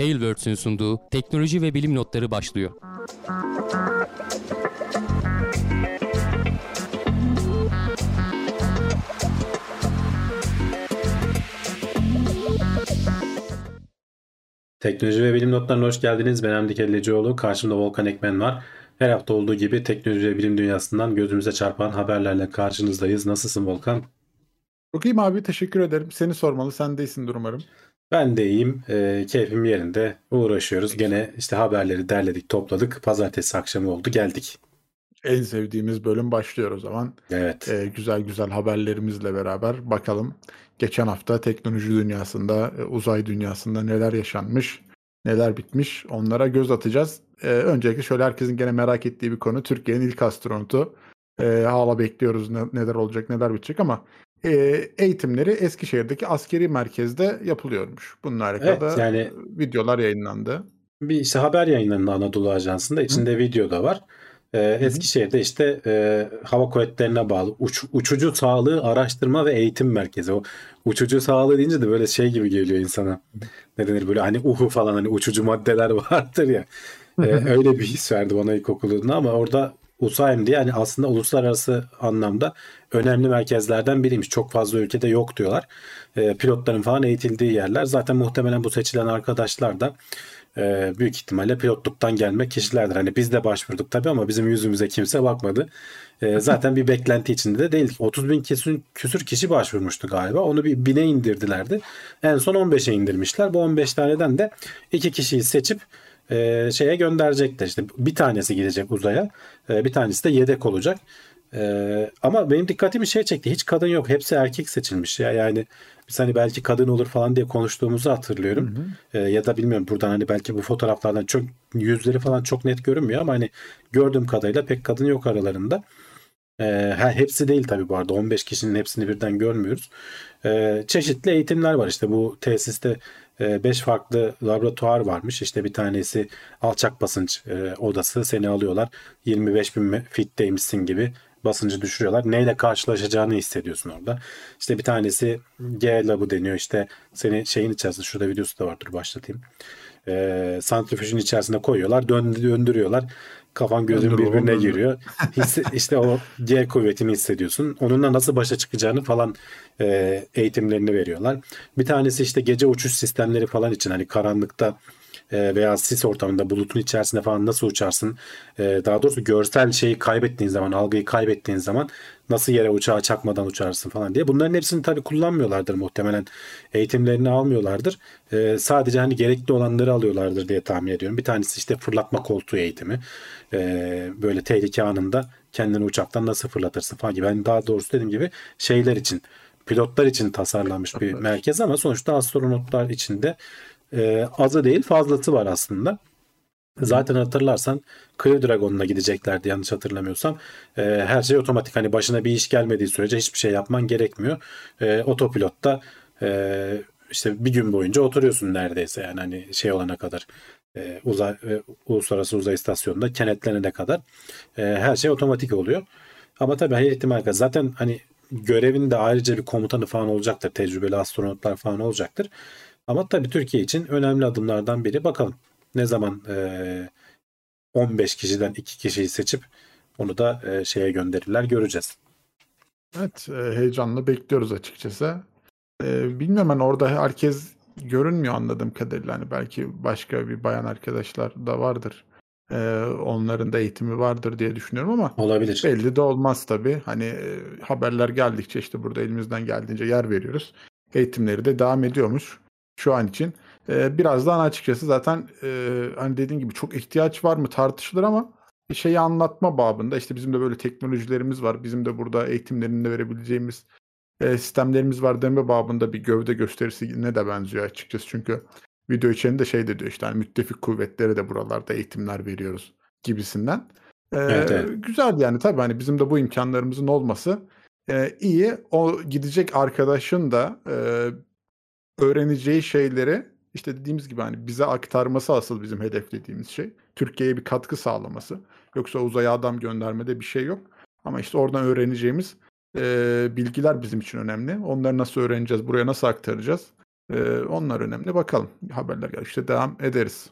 Tailwords'ün sunduğu teknoloji ve bilim notları başlıyor. Teknoloji ve bilim notlarına hoş geldiniz. Ben Hamdi Kellecioğlu. Karşımda Volkan Ekmen var. Her hafta olduğu gibi teknoloji ve bilim dünyasından gözümüze çarpan haberlerle karşınızdayız. Nasılsın Volkan? Çok iyiyim abi, teşekkür ederim. Seni sormalı, sen de iyisindir umarım. Ben de iyiyim. Keyfim yerinde. Uğraşıyoruz. Gene işte haberleri derledik, topladık. Pazartesi akşamı oldu. Geldik. En sevdiğimiz bölüm başlıyor o zaman. Evet. Güzel güzel haberlerimizle beraber bakalım. Geçen hafta teknoloji dünyasında, uzay dünyasında neler yaşanmış, neler bitmiş, onlara göz atacağız. Öncelikle şöyle herkesin gene merak ettiği bir konu. Türkiye'nin ilk astronotu. Hala bekliyoruz neler olacak, neler bitecek ama eğitimleri Eskişehir'deki askeri merkezde yapılıyormuş. Bununla alakalı Evet, da yani videolar yayınlandı. bir işte haber yayınlandı Anadolu Ajansı'nda. Hı İçinde video da var. hı. Eskişehir'de işte hava kuvvetlerine bağlı uçucu sağlığı araştırma ve eğitim merkezi. O uçucu sağlığı deyince de böyle şey gibi geliyor insana. Ne denir, böyle hani uhu falan, hani uçucu maddeler vardır ya. Öyle bir his verdi bana ilkokulunda, ama orada USAIM diye, yani aslında uluslararası anlamda önemli merkezlerden biriymiş. Çok fazla ülkede yok diyorlar. Pilotların falan eğitildiği yerler. Zaten muhtemelen bu seçilen arkadaşlar da büyük ihtimalle pilotluktan gelme kişilerdir. Hani biz de başvurduk tabii ama bizim yüzümüze kimse bakmadı. Zaten bir beklenti içinde de değildik. 30 bin küsür kişi başvurmuştu galiba. Onu bir 1000'e indirdilerdi. En son 15'e indirmişler. Bu 15 taneden de 2 kişiyi seçip şeye gönderecekler. İşte bir tanesi gidecek uzaya. Bir tanesi de yedek olacak. Ama benim dikkatimi şey çekti. Hiç kadın yok. Hepsi erkek seçilmiş ya. Yani biz hani belki kadın olur falan diye konuştuğumuzu Hı hatırlıyorum. hı. Ya da bilmiyorum, buradan hani belki bu fotoğraflardan çok yüzleri falan çok net görünmüyor ama hani gördüğüm kadarıyla pek kadın yok aralarında. Hepsi değil tabii bu arada. 15 kişinin hepsini birden görmüyoruz. Çeşitli eğitimler var. İşte bu tesiste 5 farklı laboratuvar varmış. İşte bir tanesi alçak basınç odası. Seni alıyorlar. 25 bin fitteymişsin gibi basıncı düşürüyorlar. Neyle karşılaşacağını hissediyorsun orada. İşte bir tanesi G labı deniyor. İşte seni şeyin içerisinde, şurada videosu da vardır, başlatayım. Santrifüjün içerisine koyuyorlar. Döndürüyorlar. Kafan gözün Döndür babam birbirine döndür. giriyor. İşte o G kuvvetini hissediyorsun. Onunla nasıl başa çıkacağını falan eğitimlerini veriyorlar. Bir tanesi işte gece uçuş sistemleri falan için, hani karanlıkta veya sis ortamında, bulutun içerisinde falan nasıl uçarsın? Daha doğrusu görsel şeyi kaybettiğin zaman, algıyı kaybettiğin zaman nasıl yere uçağa çakmadan uçarsın falan diye. Bunların hepsini tabii kullanmıyorlardır muhtemelen. Eğitimlerini almıyorlardır. Sadece hani gerekli olanları alıyorlardır diye tahmin ediyorum. Bir tanesi işte fırlatma koltuğu eğitimi. Böyle tehlike anında kendini uçaktan nasıl fırlatırsın falan gibi. Yani daha doğrusu dediğim gibi şeyler için, pilotlar için tasarlanmış bir Atlar. merkez ama sonuçta astronotlar için de azı değil fazlası var aslında. Hı hı. Zaten hatırlarsan Crew Dragon'la gideceklerdi yanlış hatırlamıyorsam. Her şey otomatik, hani başına bir iş gelmediği sürece hiçbir şey yapman gerekmiyor. Otopilotta işte bir gün boyunca oturuyorsun neredeyse, yani hani şey olana kadar, uluslararası uzay istasyonunda kenetlenene kadar her şey otomatik oluyor. Ama tabii her ihtimal zaten hani görevinde ayrıca bir komutanı falan olacaktır. Tecrübeli astronotlar falan olacaktır. Ama tabii Türkiye için önemli adımlardan biri. Bakalım ne zaman 15 kişiden 2 kişiyi seçip onu da şeye gönderirler, göreceğiz. Evet, heyecanla bekliyoruz açıkçası. Bilmiyorum, hani orada herkes görünmüyor anladığım kadarıyla. Hani belki başka bir bayan arkadaşlar da vardır. Onların da eğitimi vardır diye düşünüyorum ama Olabilir. belli de olmaz tabii. Hani haberler geldikçe işte burada elimizden geldiğince yer veriyoruz. Eğitimleri de devam ediyormuş şu an için. Birazdan açıkçası zaten hani dediğin gibi çok ihtiyaç var mı tartışılır ama bir şeyi anlatma babında işte bizim de böyle teknolojilerimiz var. Bizim de burada eğitimlerini de verebileceğimiz sistemlerimiz var deme babında bir gövde gösterisine de benziyor açıkçası. Çünkü video içerisinde şey de diyor işte hani müttefik kuvvetlere de buralarda eğitimler veriyoruz gibisinden. Evet, evet. Güzel yani tabii hani bizim de bu imkanlarımızın olması iyi. O gidecek arkadaşın da öğreneceği şeyleri işte dediğimiz gibi hani bize aktarması asıl bizim hedeflediğimiz şey. Türkiye'ye bir katkı sağlaması. Yoksa uzaya adam göndermede bir şey yok. Ama işte oradan öğreneceğimiz bilgiler bizim için önemli. Onları nasıl öğreneceğiz, buraya nasıl aktaracağız? Onlar önemli. Bakalım. Haberler gel. İşte devam ederiz.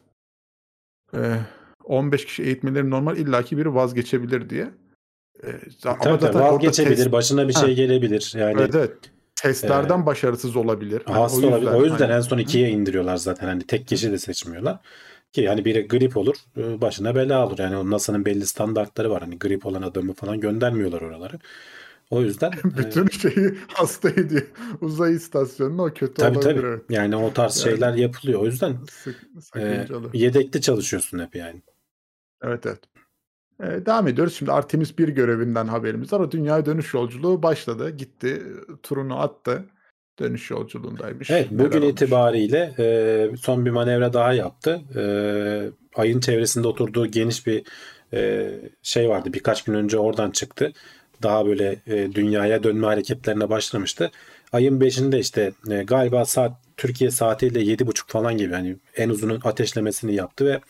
15 kişi eğitmeleri normal, illaki biri vazgeçebilir diye. Ama Tabii zaten orada vazgeçebilir, başına bir şey Ha, gelebilir. Yani evet. Testlerden başarısız olabilir. Hani o hasta olabilir. yüzden O yüzden hani en son ikiye indiriyorlar zaten. Hani tek kişi de seçmiyorlar. Ki hani biri grip olur, başına bela olur. Yani o NASA'nın belli standartları var. Hani grip olan adamı falan göndermiyorlar oraları. O yüzden bütün şeyi hasta ediyor. Uzay istasyonuna, o kötü tabii olabilir, tabii. evet. Yani o tarz Yani şeyler yapılıyor. O yüzden sakıncalı. yedekli çalışıyorsun hep yani. Evet, evet. Devam ediyoruz. Şimdi Artemis 1 görevinden haberimiz var. O dünyaya dönüş yolculuğu başladı. Gitti, turunu attı. Dönüş yolculuğundaymış. Evet, Neler bugün olmuş? itibariyle son bir manevra daha yaptı. Ayın çevresinde oturduğu geniş bir şey vardı. Birkaç gün önce oradan çıktı. Daha böyle dünyaya dönme hareketlerine başlamıştı. Ayın 5'inde işte galiba Türkiye saatiyle 7.30 falan gibi, hani en uzun ateşlemesini yaptı ve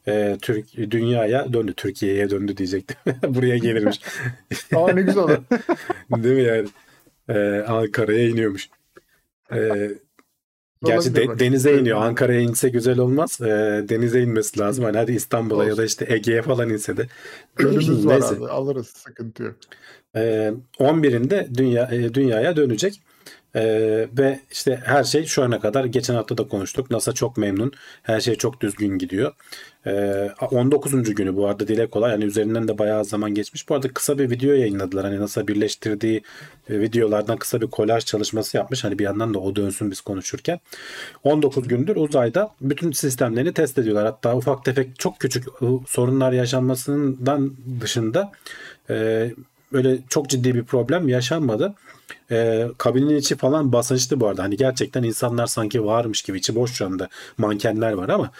dünyaya döndü. Türkiye'ye döndü diyecektim. Buraya gelirmiş. Aa, ne güzel olur. Değil mi yani? Ankara'ya iniyormuş. E, Gerçi Olabilir bak. denize iniyor. Sevdim bunu. Ankara'ya inse güzel olmaz. Denize inmesi lazım. Hani hadi İstanbul'a ya da Olsun. işte Ege'ye falan inse de. Gölümüz var Neyse. abi. Alırız. Sıkıntı yok. 11'inde dünyaya dönecek. Ve işte her şey şu ana kadar, geçen hafta da konuştuk. NASA çok memnun. Her şey çok düzgün gidiyor. 19. günü bu arada, dile kolay. Yani üzerinden de bayağı zaman geçmiş. Bu arada kısa bir video yayınladılar. Hani NASA birleştirdiği videolardan kısa bir kolaj çalışması yapmış. Hani bir yandan da o dönsün biz konuşurken. 19 gündür uzayda bütün sistemlerini test ediyorlar. Hatta ufak tefek çok küçük sorunlar yaşanmasından dışında böyle çok ciddi bir problem yaşanmadı. Kabinin içi falan basınçlı bu arada. Hani gerçekten insanlar sanki varmış gibi, içi boş şu anda, mankenler var ama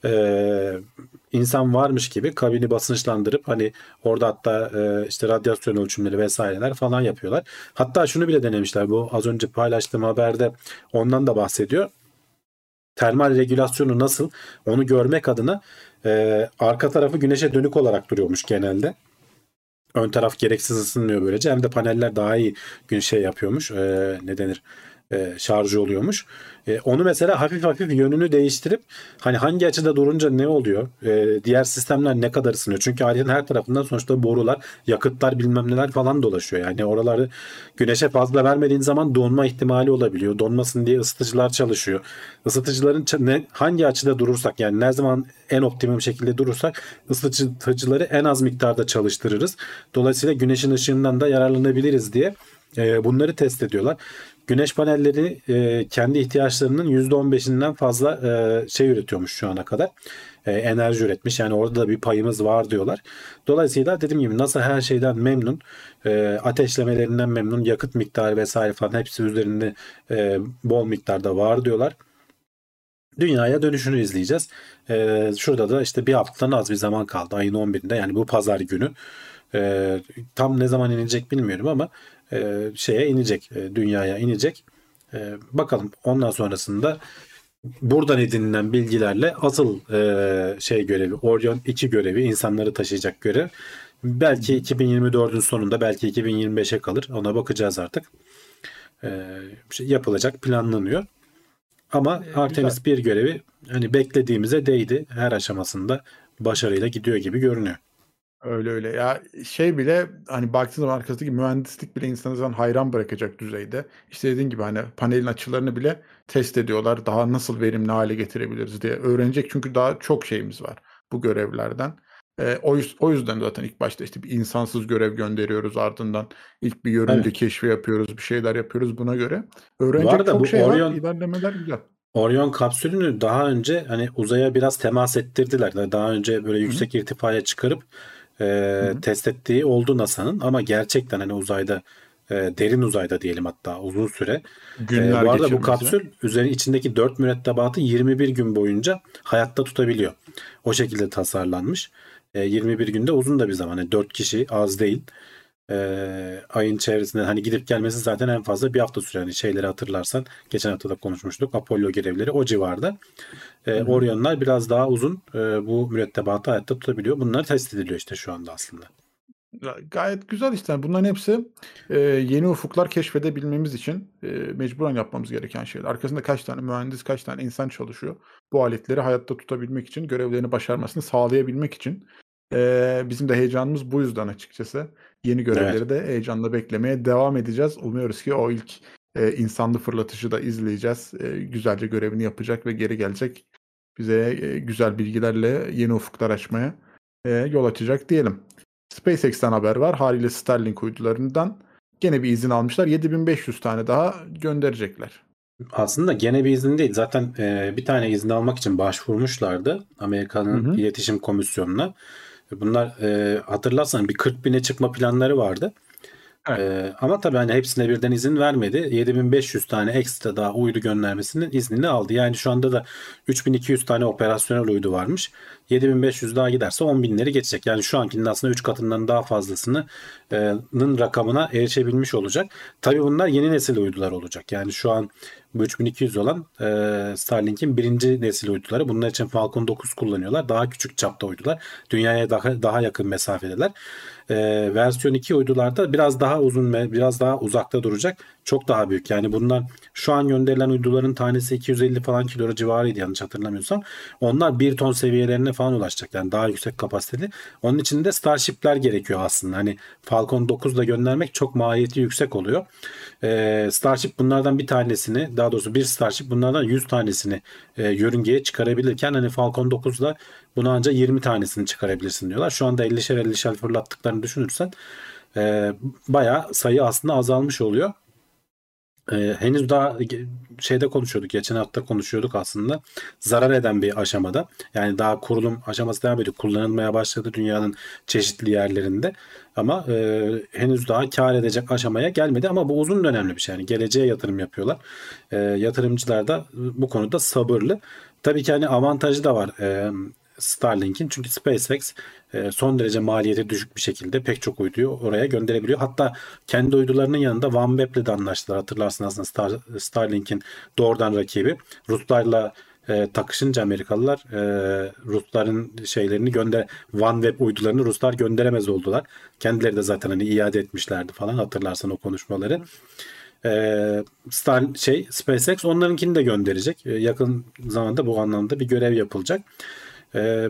insan varmış gibi kabini basınçlandırıp hani orada hatta işte radyasyon ölçümleri vesaireler falan yapıyorlar. Hatta şunu bile denemişler, bu az önce paylaştığım haberde ondan da bahsediyor. Termal regülasyonu nasıl, onu görmek adına arka tarafı güneşe dönük olarak duruyormuş genelde. Ön taraf gereksiz ısınmıyor böylece. Hem de paneller daha iyi gün şey yapıyormuş. Ne denir? Şarjı oluyormuş. Onu mesela hafif hafif yönünü değiştirip hani hangi açıda durunca ne oluyor? Diğer sistemler ne kadar ısınıyor? Çünkü aletin her tarafından sonuçta borular, yakıtlar, bilmem neler falan dolaşıyor. Yani oraları güneşe fazla vermediğin zaman donma ihtimali olabiliyor. Donmasın diye ısıtıcılar çalışıyor. Isıtıcıların hangi açıda durursak, yani ne zaman en optimum şekilde durursak ısıtıcıları en az miktarda çalıştırırız. Dolayısıyla güneşin ışığından da yararlanabiliriz diye bunları test ediyorlar. Güneş panelleri kendi ihtiyaçlarının %15'inden fazla şey üretiyormuş şu ana kadar. Enerji üretmiş. Yani orada da bir payımız var diyorlar. Dolayısıyla dediğim gibi NASA her şeyden memnun. Ateşlemelerinden memnun. Yakıt miktarı vesaire falan hepsi üzerinde bol miktarda var diyorlar. Dünyaya dönüşünü izleyeceğiz. Şurada da işte bir haftadan az bir zaman kaldı. Ayın 11'inde, yani bu pazar günü. Tam ne zaman inecek bilmiyorum ama şeye inecek, dünyaya inecek. Bakalım ondan sonrasında buradan edinilen bilgilerle asıl şey görevi, Orion 2 görevi, insanları taşıyacak görev. Belki 2024'ün sonunda, belki 2025'e kalır. Ona bakacağız artık. Yapılacak, planlanıyor. Ama Güzel. Artemis 1 görevi hani beklediğimize değdi. Her aşamasında başarıyla gidiyor gibi görünüyor. Öyle öyle. Ya şey bile, hani baktığın zaman arkasındaki mühendislik bile insanı zaten hayran bırakacak düzeyde. İşte dediğin gibi hani panelin açılarını bile test ediyorlar. Daha nasıl verimli hale getirebiliriz diye öğrenecek, çünkü daha çok şeyimiz var bu görevlerden. O yüzden zaten ilk başta işte bir insansız görev gönderiyoruz, ardından ilk bir yörünge Aynen. keşfi yapıyoruz, bir şeyler yapıyoruz buna göre. Bu Öğrenecek arada çok bu şey var, ilerlemeler güzel. Orion kapsülünü daha önce hani uzaya biraz temas ettirdiler. Daha önce böyle Hı hı. yüksek irtifaya çıkarıp Hı hı. test ettiği oldu NASA'nın, ama gerçekten hani uzayda, derin uzayda diyelim, hatta uzun süre. Günler Bu arada bu geçirmesi. kapsül içindeki 4 mürettebatı 21 gün boyunca hayatta tutabiliyor. O şekilde tasarlanmış. 21 günde uzun da bir zaman. Yani 4 kişi az değil. Ayın çevresinde hani gidip gelmesi zaten en fazla bir hafta sürer. Hani şeyleri hatırlarsan geçen hafta da konuşmuştuk. Apollo görevleri o civarda. Hı hı. Orion'lar biraz daha uzun bu mürettebatı hayatta tutabiliyor. Bunlar test ediliyor işte şu anda aslında. Gayet güzel işte. Bunların hepsi yeni ufuklar keşfedebilmemiz için mecburen yapmamız gereken şeyler. Arkasında kaç tane mühendis, kaç tane insan çalışıyor. Bu aletleri hayatta tutabilmek için, görevlerini başarmasını sağlayabilmek için. Bizim de heyecanımız bu yüzden açıkçası. Yeni Evet. görevleri de heyecanla beklemeye devam edeceğiz. Umuyoruz ki o ilk insanlı fırlatışı da izleyeceğiz. Güzelce görevini yapacak ve geri gelecek. Bize güzel bilgilerle yeni ufuklar açmaya yol açacak diyelim. SpaceX'ten haber var. Haliyle Starlink uydularından gene bir izin almışlar. 7500 tane daha gönderecekler. Aslında gene bir izin değil. Zaten bir tane izin almak için başvurmuşlardı Hı Amerika'nın hı. İletişim Komisyonu'na. Bunlar hatırlarsan bir 40 bine çıkma planları vardı. Evet. Ama tabii hani hepsine birden izin vermedi. 7500 tane ekstra daha uydu göndermesinin iznini aldı. Yani şu anda da 3200 tane operasyonel uydu varmış. 7500 daha giderse 10.000'leri geçecek. Yani şu ankinin aslında 3 katından daha fazlasının rakamına erişebilmiş olacak. Tabii bunlar yeni nesil uydular olacak. Yani şu an bu 3200 olan Starlink'in birinci nesil uyduları. Bunlar için Falcon 9 kullanıyorlar. Daha küçük çapta uydular. Dünyaya daha yakın mesafedeler. Versiyon 2 uydularda biraz daha uzun ve biraz daha uzakta duracak. Çok daha büyük. Yani bunlar şu an gönderilen uyduların tanesi 250 falan kilo civarıydı yanlış hatırlamıyorsam. Onlar 1 ton seviyelerine falan ulaşacak. Yani daha yüksek kapasiteli. Onun için de Starship'ler gerekiyor aslında. Hani Falcon 9'da göndermek çok maliyeti yüksek oluyor. Starship bunlardan bir tanesini, daha doğrusu bir Starship bunlardan 100 tanesini yörüngeye çıkarabilirken hani Falcon 9'da bunu ancak 20 tanesini çıkarabilirsin diyorlar. Şu anda 50'şer fırlattıklarını düşünürsen bayağı sayı aslında azalmış oluyor. Henüz daha şeyde konuşuyorduk. Geçen hafta konuşuyorduk aslında. Zarar eden bir aşamada. Yani daha kurulum aşaması devam ediyor. Kullanılmaya başladı dünyanın çeşitli yerlerinde. Ama henüz daha kar edecek aşamaya gelmedi. Ama bu uzun dönemli bir şey. Yani geleceğe yatırım yapıyorlar. Yatırımcılar da bu konuda sabırlı. Tabii ki hani avantajı da var. Starlink'in. Çünkü SpaceX son derece maliyeti düşük bir şekilde pek çok uyduyu oraya gönderebiliyor. Hatta kendi uydularının yanında OneWeb'le de anlaştılar. Hatırlarsın aslında Starlink'in doğrudan rakibi. Ruslarla takışınca Amerikalılar Rusların şeylerini OneWeb uydularını Ruslar gönderemez oldular. Kendileri de zaten hani iade etmişlerdi falan hatırlarsan o konuşmaları. SpaceX onlarınkini de gönderecek. Yakın zamanda bu anlamda bir görev yapılacak. Ee,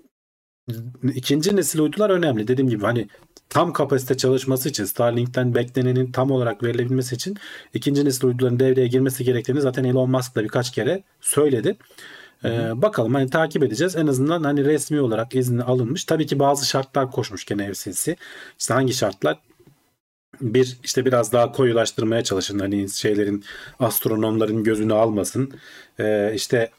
ikinci nesil uydular önemli. Dediğim gibi hani tam kapasite çalışması için Starlink'ten beklenenin tam olarak verilebilmesi için ikinci nesil uyduların devreye girmesi gerektiğini zaten Elon Musk da birkaç kere söyledi. Hı hı. Bakalım hani takip edeceğiz. En azından hani resmi olarak izni alınmış. Tabii ki bazı şartlar koşmuş gene FCC. İşte hangi şartlar? Bir işte biraz daha koyulaştırmaya çalışın hani şeylerin astronomların gözünü almasın işte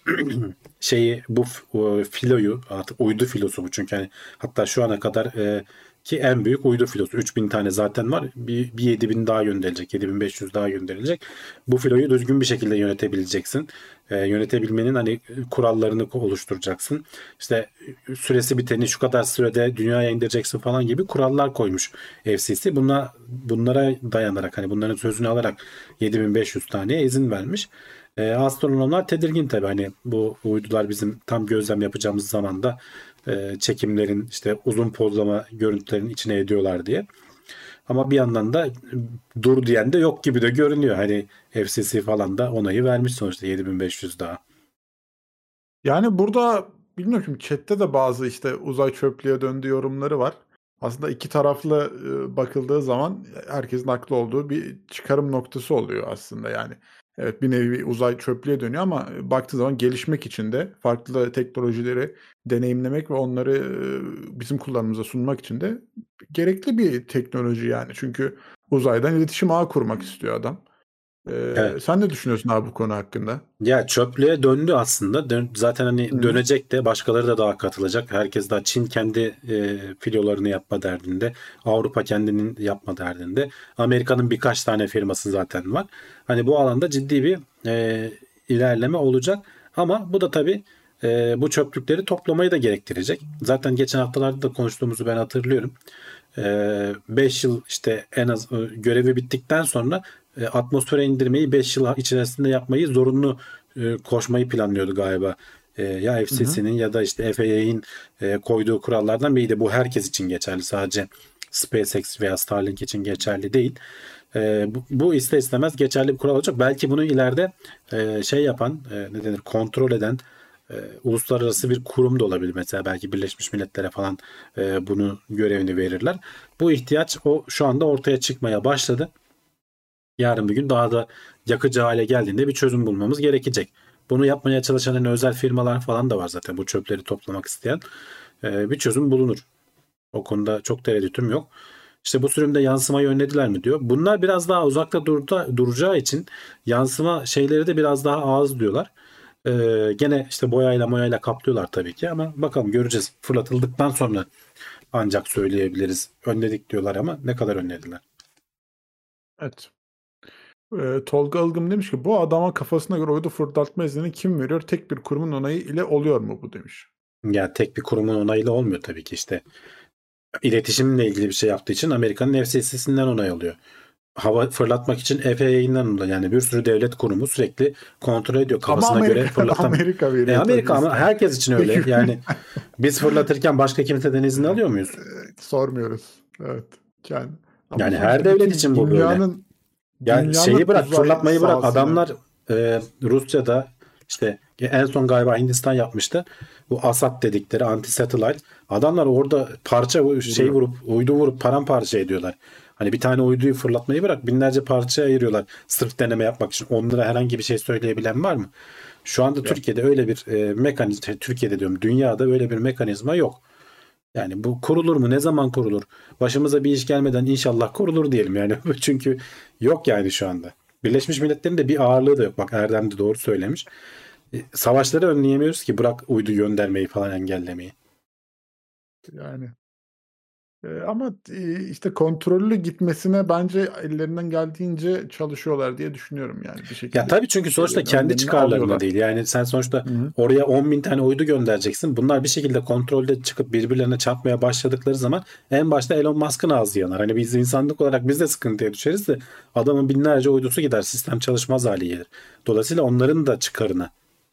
bu filoyu artık uydu filosu bu çünkü hani hatta şu ana kadar ki en büyük uydu filosu 3000 tane zaten var bir 7000 daha gönderilecek 7500 daha gönderilecek bu filoyu düzgün bir şekilde yönetebileceksin yönetebilmenin hani kurallarını oluşturacaksın işte süresi biteni şu kadar sürede dünyaya indireceksin falan gibi kurallar koymuş FCC bunlara dayanarak hani bunların sözünü alarak 7500 taneye izin vermiş. Astronomlar tedirgin tabii hani bu uydular bizim tam gözlem yapacağımız zamanda çekimlerin işte uzun pozlama görüntülerin içine ediyorlar diye. Ama bir yandan da dur diyen de yok gibi de görünüyor. Hani FCC falan da onayı vermiş sonuçta 7500 daha. Yani burada bilmiyorum şimdi chatte de bazı işte uzay çöplüğe döndüğü yorumları var. Aslında iki taraflı bakıldığı zaman herkesin haklı olduğu bir çıkarım noktası oluyor aslında yani. Evet bir nevi uzay çöplüğe dönüyor ama baktığı zaman gelişmek için de farklı teknolojileri deneyimlemek ve onları bizim kullanımıza sunmak için de gerekli bir teknoloji yani. Çünkü uzaydan iletişim ağı kurmak istiyor adam. Evet. Sen ne düşünüyorsun abi bu konu hakkında? Ya çöplüğe döndü aslında. Zaten hani Hı. dönecek de başkaları da daha katılacak. Herkes daha Çin kendi filolarını yapma derdinde. Avrupa kendinin yapma derdinde. Amerika'nın birkaç tane firması zaten var. Hani bu alanda ciddi bir ilerleme olacak. Ama bu da tabii bu çöplükleri toplamayı da gerektirecek. Zaten geçen haftalarda da konuştuğumuzu ben hatırlıyorum. 5 yıl işte en az görevi bittikten sonra atmosfere indirmeyi 5 yıl içerisinde yapmayı zorunlu koşmayı planlıyordu galiba. Ya Hı hı. FCC'nin ya da işte FAA'nin koyduğu kurallardan biriydi. Bu herkes için geçerli sadece SpaceX veya Starlink için geçerli değil. Bu ister istemez geçerli bir kural olacak. Belki bunu ileride şey yapan, ne denir, kontrol eden uluslararası bir kurum da olabilir. Mesela belki Birleşmiş Milletler'e falan bunu görevini verirler. Bu ihtiyaç şu anda ortaya çıkmaya başladı. Yarın bir gün daha da yakıcı hale geldiğinde bir çözüm bulmamız gerekecek. Bunu yapmaya çalışan hani özel firmalar falan da var zaten, bu çöpleri toplamak isteyen. Bir çözüm bulunur. O konuda çok tereddütüm yok. İşte bu sürümde yansımayı önlediler mi diyor. Bunlar biraz daha uzakta duracağı için yansıma şeyleri de biraz daha az diyorlar. Gene işte boyayla kaplıyorlar tabii ki, ama bakalım, göreceğiz. Fırlatıldıktan sonra ancak söyleyebiliriz. Önledik diyorlar ama ne kadar önlediler? Evet. Tolga Ilgım demiş ki bu adama kafasına göre uydu fırlatma iznini kim veriyor? Tek bir kurumun onayı ile oluyor mu bu demiş. Ya tek bir kurumun onayıyla olmuyor tabii ki, işte. İletişimle ilgili bir şey yaptığı için Amerika'nın FCC'sinden onay alıyor. Hava fırlatmak için FAA'ından onay. Yani bir sürü devlet kurumu sürekli kontrol ediyor. Kafasına göre fırlatan. Amerika veriyor. Amerika ama herkes için öyle. Yani biz fırlatırken başka kimseden izin alıyor muyuz? Sormuyoruz. Evet. Yani her devlet için bu böyle. Yani şeyi bırak, fırlatmayı bırak. Adamlar Rusya'da işte en son galiba Hindistan yapmıştı. Bu ASAT dedikleri anti-satellite. Adamlar orada uydu vurup paramparça ediyorlar. Hani bir tane uyduyu fırlatmayı bırak, binlerce parçaya ayırıyorlar sırf deneme yapmak için. Onlara herhangi bir şey söyleyebilen var mı? Şu anda Türkiye'de öyle bir mekanizma, Türkiye'de diyorum, dünyada öyle bir mekanizma yok. Yani bu kurulur mu? Ne zaman kurulur? Başımıza bir iş gelmeden inşallah kurulur diyelim yani. Çünkü yok yani şu anda. Birleşmiş Milletler'in de bir ağırlığı da yok. Bak, Erdem de doğru söylemiş. Savaşları önleyemiyoruz ki, bırak uydu göndermeyi falan engellemeyi. Yani. Ama işte kontrollü gitmesine bence ellerinden geldiğince çalışıyorlar diye düşünüyorum yani bir şekilde. Ya tabii, çünkü sonuçta kendi çıkarlarına değil. Yani sen sonuçta oraya 10.000 tane uydu göndereceksin. Bunlar bir şekilde kontrolde çıkıp birbirlerine çarpmaya başladıkları zaman en başta Elon Musk'ın ağzı yanar. Hani biz insanlık olarak biz de sıkıntıya düşeriz de adamın binlerce uydusu gider. Sistem çalışmaz hale gelir. Dolayısıyla onların da çıkarına.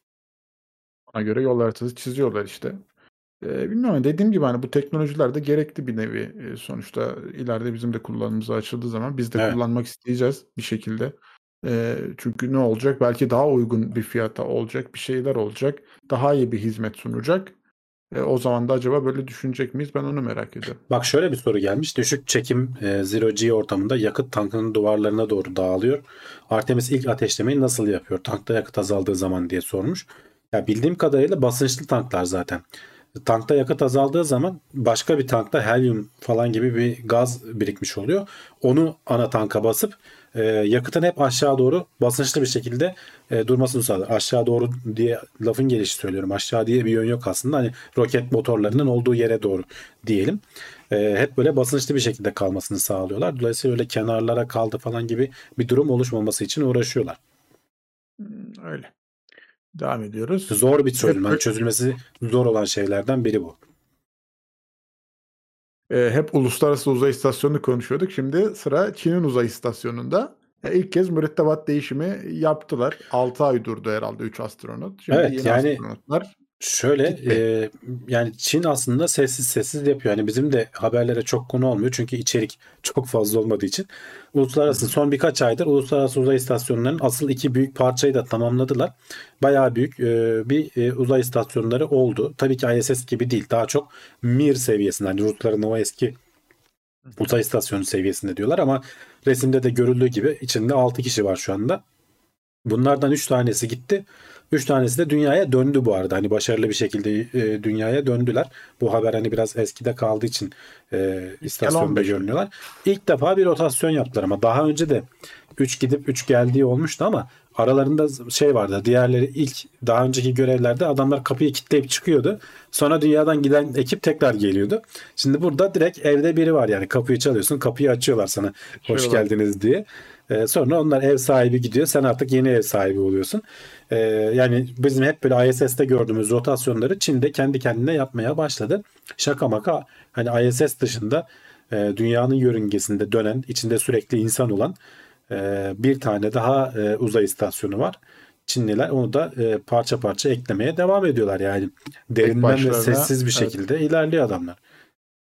Ona göre yol haritası çiziyorlar işte. Bilmiyorum, dediğim gibi hani bu teknolojiler de gerekli bir nevi. Sonuçta ileride bizim de kullanımımıza açıldığı zaman biz de kullanmak isteyeceğiz bir şekilde. Çünkü ne olacak? Belki daha uygun bir fiyata olacak, bir şeyler olacak. Daha iyi bir hizmet sunacak. O zaman da acaba böyle düşünecek miyiz? Ben onu merak ediyorum. Bak, şöyle bir soru gelmiş. Düşük çekim Zero G ortamında yakıt tankının duvarlarına doğru dağılıyor. Artemis ilk ateşlemeyi nasıl yapıyor? Tankta yakıt azaldığı zaman diye sormuş. Ya bildiğim kadarıyla basınçlı tanklar zaten. Tankta yakıt azaldığı zaman başka bir tankta helyum falan gibi bir gaz birikmiş oluyor. Onu ana tanka basıp yakıtın hep aşağı doğru basınçlı bir şekilde durmasını sağlar. Aşağı doğru diye lafın gelişi söylüyorum. Aşağı diye bir yön yok aslında. Hani roket motorlarının olduğu yere doğru diyelim. Hep böyle basınçlı bir şekilde kalmasını sağlıyorlar. Dolayısıyla öyle kenarlara kaldı falan gibi bir durum oluşmaması için uğraşıyorlar. Öyle. Devam ediyoruz. Zor bir çözüm. Yani çözülmesi zor olan şeylerden biri bu. Hep uluslararası uzay istasyonunu konuşuyorduk. Şimdi sıra Çin'in uzay istasyonunda. İlk kez mürettebat değişimi yaptılar. 6 ay durdu herhalde 3 astronot. Şimdi evet, yeni yani astronotlar. Şöyle yani Çin aslında sessiz yapıyor. Yani bizim de haberlere çok konu olmuyor. Çünkü içerik çok fazla olmadığı için. Son birkaç aydır uluslararası uzay istasyonlarının asıl iki büyük parçayı da tamamladılar. Bayağı büyük bir uzay istasyonları oldu. Tabii ki ISS gibi değil. Daha çok Mir seviyesinde. Yani Rusların o eski uzay istasyonu seviyesinde diyorlar ama resimde de görüldüğü gibi içinde 6 kişi var şu anda. Bunlardan 3 tanesi gitti. 3 tanesi de dünyaya döndü bu arada. Hani başarılı bir şekilde dünyaya döndüler. Bu haber hani biraz eskide kaldığı için istasyonda görünüyorlar. İlk defa bir rotasyon yaptılar ama daha önce de 3 gidip 3 geldiği olmuştu ama aralarında şey vardı. Diğerleri daha önceki görevlerde adamlar kapıyı kilitleyip çıkıyordu. Sonra dünyadan giden ekip tekrar geliyordu. Şimdi burada direkt evde biri var, yani kapıyı çalıyorsun, kapıyı açıyorlar sana hoş geldiniz diye. Sonra onlar ev sahibi gidiyor. Sen artık yeni ev sahibi oluyorsun. Yani bizim hep böyle ISS'te gördüğümüz rotasyonları Çin'de kendi kendine yapmaya başladı. Şaka maka, hani ISS dışında dünyanın yörüngesinde dönen, içinde sürekli insan olan bir tane daha uzay istasyonu var. Çinliler onu da parça parça eklemeye devam ediyorlar. Yani derinden ve sessiz bir şekilde ilerliyor adamlar.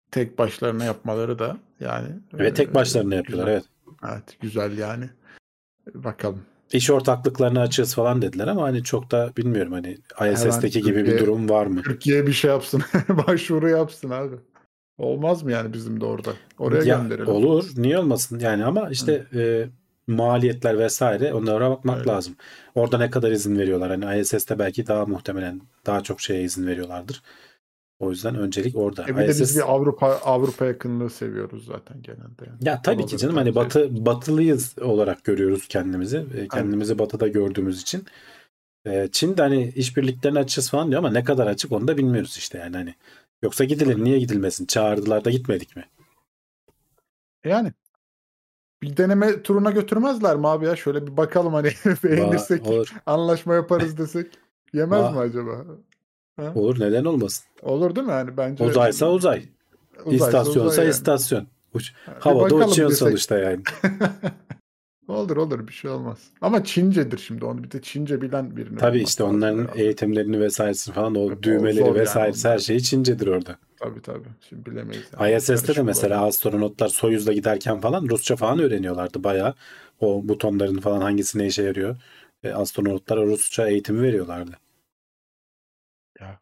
tek başlarına yapmaları da yani Ve tek başlarına yapıyorlar, güzel. evet. Evet, güzel yani. Bakalım. İş ortaklıklarını açığız falan dediler ama hani çok da bilmiyorum, hani Hemen ISS'teki gibi bir durum var mı? Türkiye bir şey yapsın. Başvuru yapsın abi. Olmaz mı yani bizim de orada? Oraya Ya gönderelim. olur, niye olmasın yani, ama işte maliyetler vesaire, onlara bakmak Öyle. lazım. Orada ne kadar izin veriyorlar? Hani ISS'te belki daha muhtemelen daha çok şeye izin veriyorlardır. O yüzden öncelik orada. Bir de biz ISS bir Avrupa yakınlığı seviyoruz zaten genelde yani. ya tabii ki Oraları canım, hani tercih ediyoruz. batılıyız olarak görüyoruz kendimizi. Aynen. Kendimizi batıda gördüğümüz için. Çin de hani işbirliklerine açığız falan diyor ama ne kadar açık onu da bilmiyoruz işte yani hani. Yoksa gidilir, niye gidilmesin? Çağırdılar da gitmedik mi? Yani bir deneme turuna götürmezler mi abi ya? Şöyle bir bakalım hani beğenirsek Olur. anlaşma yaparız desek. Yemez mi Va acaba? Ha? olur, neden olmasın? Olur değil mi? Yani bence Uzaysa uzay. uzaysa İstasyonsa uzay yani. istasyon. Bir Havada bakalım uçuyorsun desek. sonuçta yani. Olur bir şey olmaz. Ama Çincedir şimdi, onu bir de Çince bilen birinin Tabii işte olması lazım onların herhalde. eğitimlerini vesairesini falan, o O düğmeleri zor yani vesairesi, her onlar. şeyi Çincedir orada. Tabii. Şimdi bilemeyiz yani. ISS'te de Karışık mesela olabilir. astronotlar Soyuz'da giderken falan Rusça falan öğreniyorlardı bayağı. O butonların falan hangisi ne işe yarıyor. Astronotlara Rusça eğitimi veriyorlardı. Ya.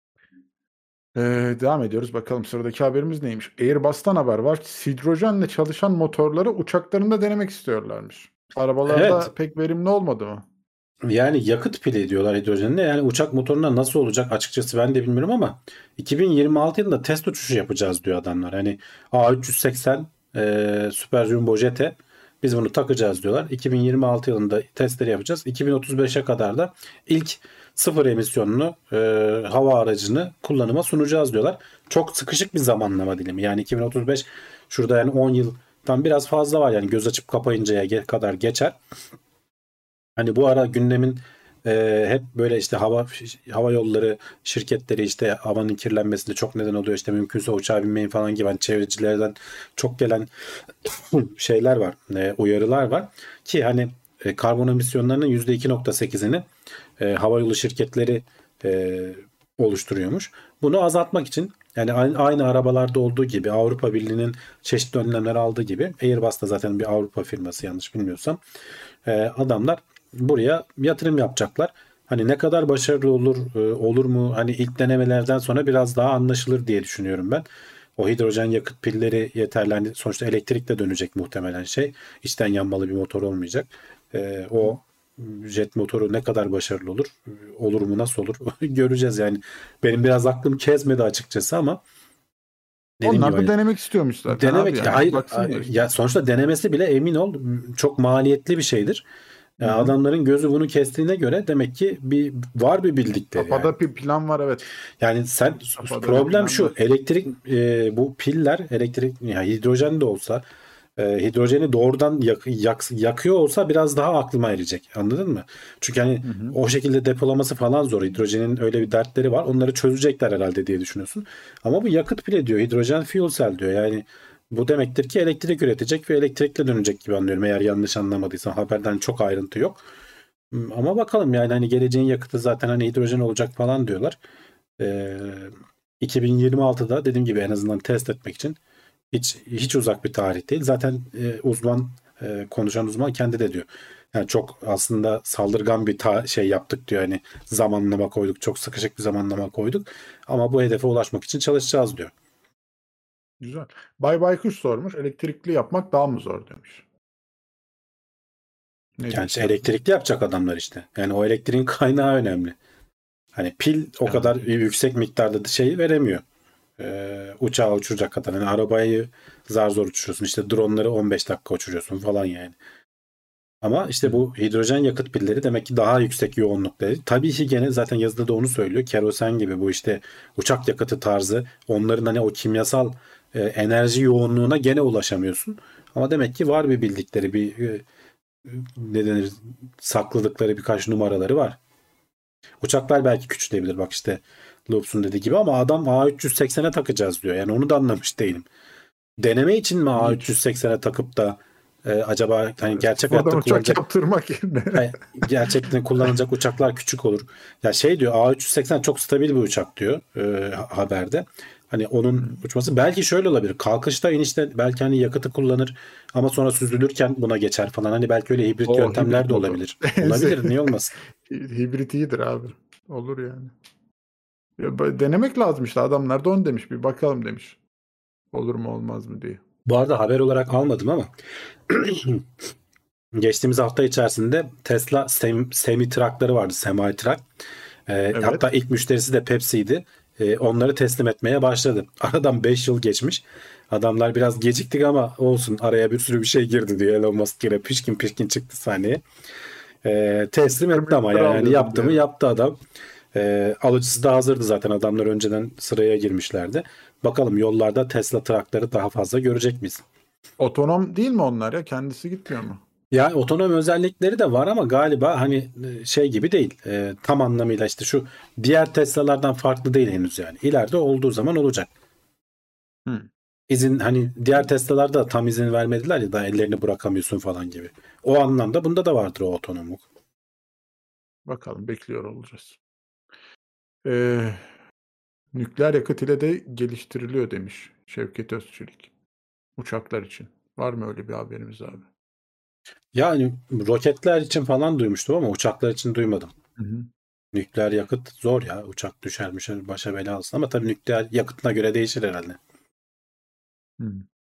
Devam ediyoruz. Bakalım sıradaki haberimiz neymiş? Airbus'tan haber var. Hidrojenle çalışan motorları uçaklarında denemek istiyorlarmış. Evet, Arabalarda pek verimli olmadı mı? yani yakıt pili diyorlar hidrojenle. Yani uçak motoruna nasıl olacak açıkçası ben de bilmiyorum ama 2026 yılında test uçuşu yapacağız diyor adamlar. Hani A380 Super Jumbo Jet'e biz bunu takacağız diyorlar. 2026 yılında testleri yapacağız. 2035'e kadar da ilk sıfır emisyonlu hava aracını kullanıma sunacağız diyorlar. Çok sıkışık bir zamanlama dilimi. Yani 2035 şurada yani 10 yıldan biraz fazla var, yani göz açıp kapayıncaya kadar geçer. Hani bu ara gündemin hep böyle işte hava yolları şirketleri işte havanın kirlenmesinde çok neden oluyor. İşte mümkünse uçağa binmeyin falan gibi hani çevrecilerden çok gelen şeyler var, uyarılar var ki hani karbon emisyonlarının %2,8'ini havayolu şirketleri e, oluşturuyormuş. Bunu azaltmak için yani aynı arabalarda olduğu gibi Avrupa Birliği'nin çeşitli önlemler aldığı gibi, Airbus da zaten bir Avrupa firması yanlış bilmiyorsam, adamlar buraya yatırım yapacaklar. Hani ne kadar başarılı olur, olur mu? Hani ilk denemelerden sonra biraz daha anlaşılır diye düşünüyorum ben. O hidrojen yakıt pilleri yeterli. Hani sonuçta elektrikle dönecek muhtemelen şey. İçten yanmalı bir motor olmayacak. O jet motoru ne kadar başarılı olur? Olur mu, nasıl olur? Göreceğiz yani. Benim biraz aklım kezmedi açıkçası ama dediğim gibi Onlar da hani denemek istiyormuş zaten abi denemek ya, yani. Bir hayır baksınlar işte. ya, sonuçta denemesi bile emin ol çok maliyetli bir şeydir. Hı hı. Adamların gözü bunu kestiğine göre demek ki var bir bildikleri yani. Kafada bir plan var, evet. Yani Kafada bir problem plan şu, var. elektrik bu piller elektrik yani hidrojen de olsa hidrojeni doğrudan yakıyor olsa biraz daha aklıma erecek, anladın mı? Çünkü hani Hı hı. o şekilde depolaması falan zor. Hidrojenin öyle bir dertleri var. Onları çözecekler herhalde diye düşünüyorsun. Ama bu yakıt pili diyor. Hidrojen fuel cell diyor. Yani bu demektir ki elektrik üretecek ve elektrikle dönecek gibi anlıyorum. Eğer yanlış anlamadıysam, haberden çok ayrıntı yok. Ama bakalım yani hani geleceğin yakıtı zaten hani hidrojen olacak falan diyorlar. Ee, 2026'da dediğim gibi en azından test etmek için hiç uzak bir tarih değil. Zaten konuşan uzman kendi de diyor. Yani çok aslında saldırgan bir şey yaptık diyor. Hani zamanlama koyduk. Çok sıkışık bir zamanlama koyduk. Ama bu hedefe ulaşmak için çalışacağız diyor. Güzel. Bay Baykuş sormuş. Elektrikli yapmak daha mı zor demiş. Ne Yani işte diyorsun abi? elektrikli yapacak adamlar işte. Yani o elektriğin kaynağı önemli. Hani pil o Yani kadar yüksek miktarda da şeyi veremiyor. Uçağı uçuracak kadar. Yani arabayı zar zor uçuruyorsun. İşte dronları 15 dakika uçuruyorsun falan yani. Ama işte bu hidrojen yakıt pilleri demek ki daha yüksek yoğunlukta. Tabii ki gene zaten yazıda da onu söylüyor. Kerosen gibi bu işte uçak yakıtı tarzı, onların hani o kimyasal enerji yoğunluğuna gene ulaşamıyorsun. Ama demek ki var bir bildikleri, bir ne denir, sakladıkları birkaç numaraları var. Uçaklar belki küçülebilir, bak işte Loops'un dediği gibi, ama adam A380'e takacağız diyor. Yani onu da anlamış değilim. Deneme için mi ilginç. A380'e takıp da acaba hani gerçek Sıfırdan hayatta uçak kullanacak, yaptırmak yerine. gerçekten kullanılacak uçaklar küçük olur. Ya şey diyor, A380 çok stabil bir uçak diyor haberde. Hani onun uçması belki şöyle olabilir. Kalkışta inişte belki hani yakıtı kullanır ama sonra süzülürken buna geçer falan. Hani belki öyle hibrit O yöntemler hibrit de motor. olabilir. Olabilir, niye olmasın? Hibrit iyidir abi. Olur yani. Denemek lazım işte. Adamlar da onu demiş. Bir bakalım demiş. Olur mu olmaz mı diye. Bu arada haber olarak almadım ama geçtiğimiz hafta içerisinde Tesla semi trakları vardı. Semi trak. Evet. Hatta ilk müşterisi de Pepsi'ydi. Onları teslim etmeye başladı. Aradan 5 yıl geçmiş. Adamlar biraz geciktik ama olsun, araya bir sürü bir şey girdi diyor. Elon Musk yine pişkin pişkin çıktı sahneye. Teslim etti ama Terminator yani alıyordum yaptı mı diyor. yaptı adam. Alıcısı da hazırdı zaten, adamlar önceden sıraya girmişlerdi. Bakalım yollarda Tesla trakları daha fazla görecek miyiz? Otonom değil mi onlar ya? Kendisi gitmiyor mu? Ya otonom özellikleri de var ama galiba hani şey gibi değil. Tam anlamıyla işte şu diğer Tesla'lardan farklı değil henüz yani. İleride olduğu zaman olacak. Hı. İzin, hani diğer Tesla'larda tam izin vermediler ya da ellerini bırakamıyorsun falan gibi. O anlamda bunda da vardır o otonomluk. Bakalım, bekliyor olacağız. Ee, Nükleer yakıt ile de geliştiriliyor demiş Şevket Özçelik. Uçaklar için. Var mı öyle bir haberimiz abi? Yani roketler için falan duymuştum ama uçaklar için duymadım. Hı hı. Nükleer yakıt zor ya. Uçak düşermiş başa bela alsın ama tabii nükleer yakıtına göre değişir herhalde. Hı.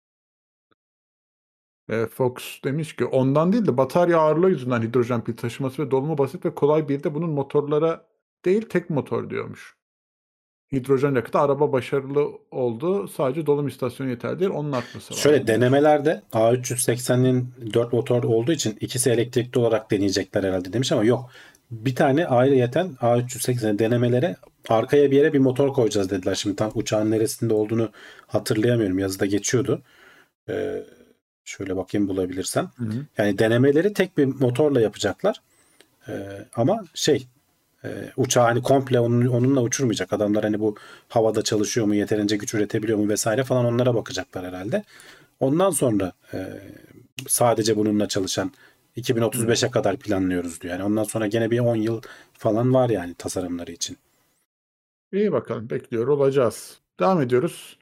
Fox demiş ki ondan değil de batarya ağırlığı yüzünden hidrojen pil taşıması ve dolumu basit ve kolay, bir de bunun motorlara değil tek motor diyormuş. Hidrojen yakıtı araba başarılı oldu. Sadece dolum istasyonu yeterli değil. Onun artması Şöyle lazım demiş. denemelerde A380'in 4 motor olduğu için ikisi elektrikli olarak deneyecekler herhalde demiş ama yok. Bir tane ayrıyeten A380 denemelere arkaya bir yere bir motor koyacağız dediler. Şimdi tam uçağın neresinde olduğunu hatırlayamıyorum. Yazıda geçiyordu. Ee, Şöyle bakayım bulabilirsem. Hı hı. Yani denemeleri tek bir motorla yapacaklar. Ama uçağı hani komple onunla uçurmayacak. Adamlar hani bu havada çalışıyor mu, yeterince güç üretebiliyor mu vesaire falan, onlara bakacaklar herhalde. Ondan sonra sadece bununla çalışan 2035'e kadar planlıyoruz diyor. Yani ondan sonra gene bir 10 yıl falan var yani tasarımları için. İyi bakalım, bekliyor olacağız. Devam ediyoruz.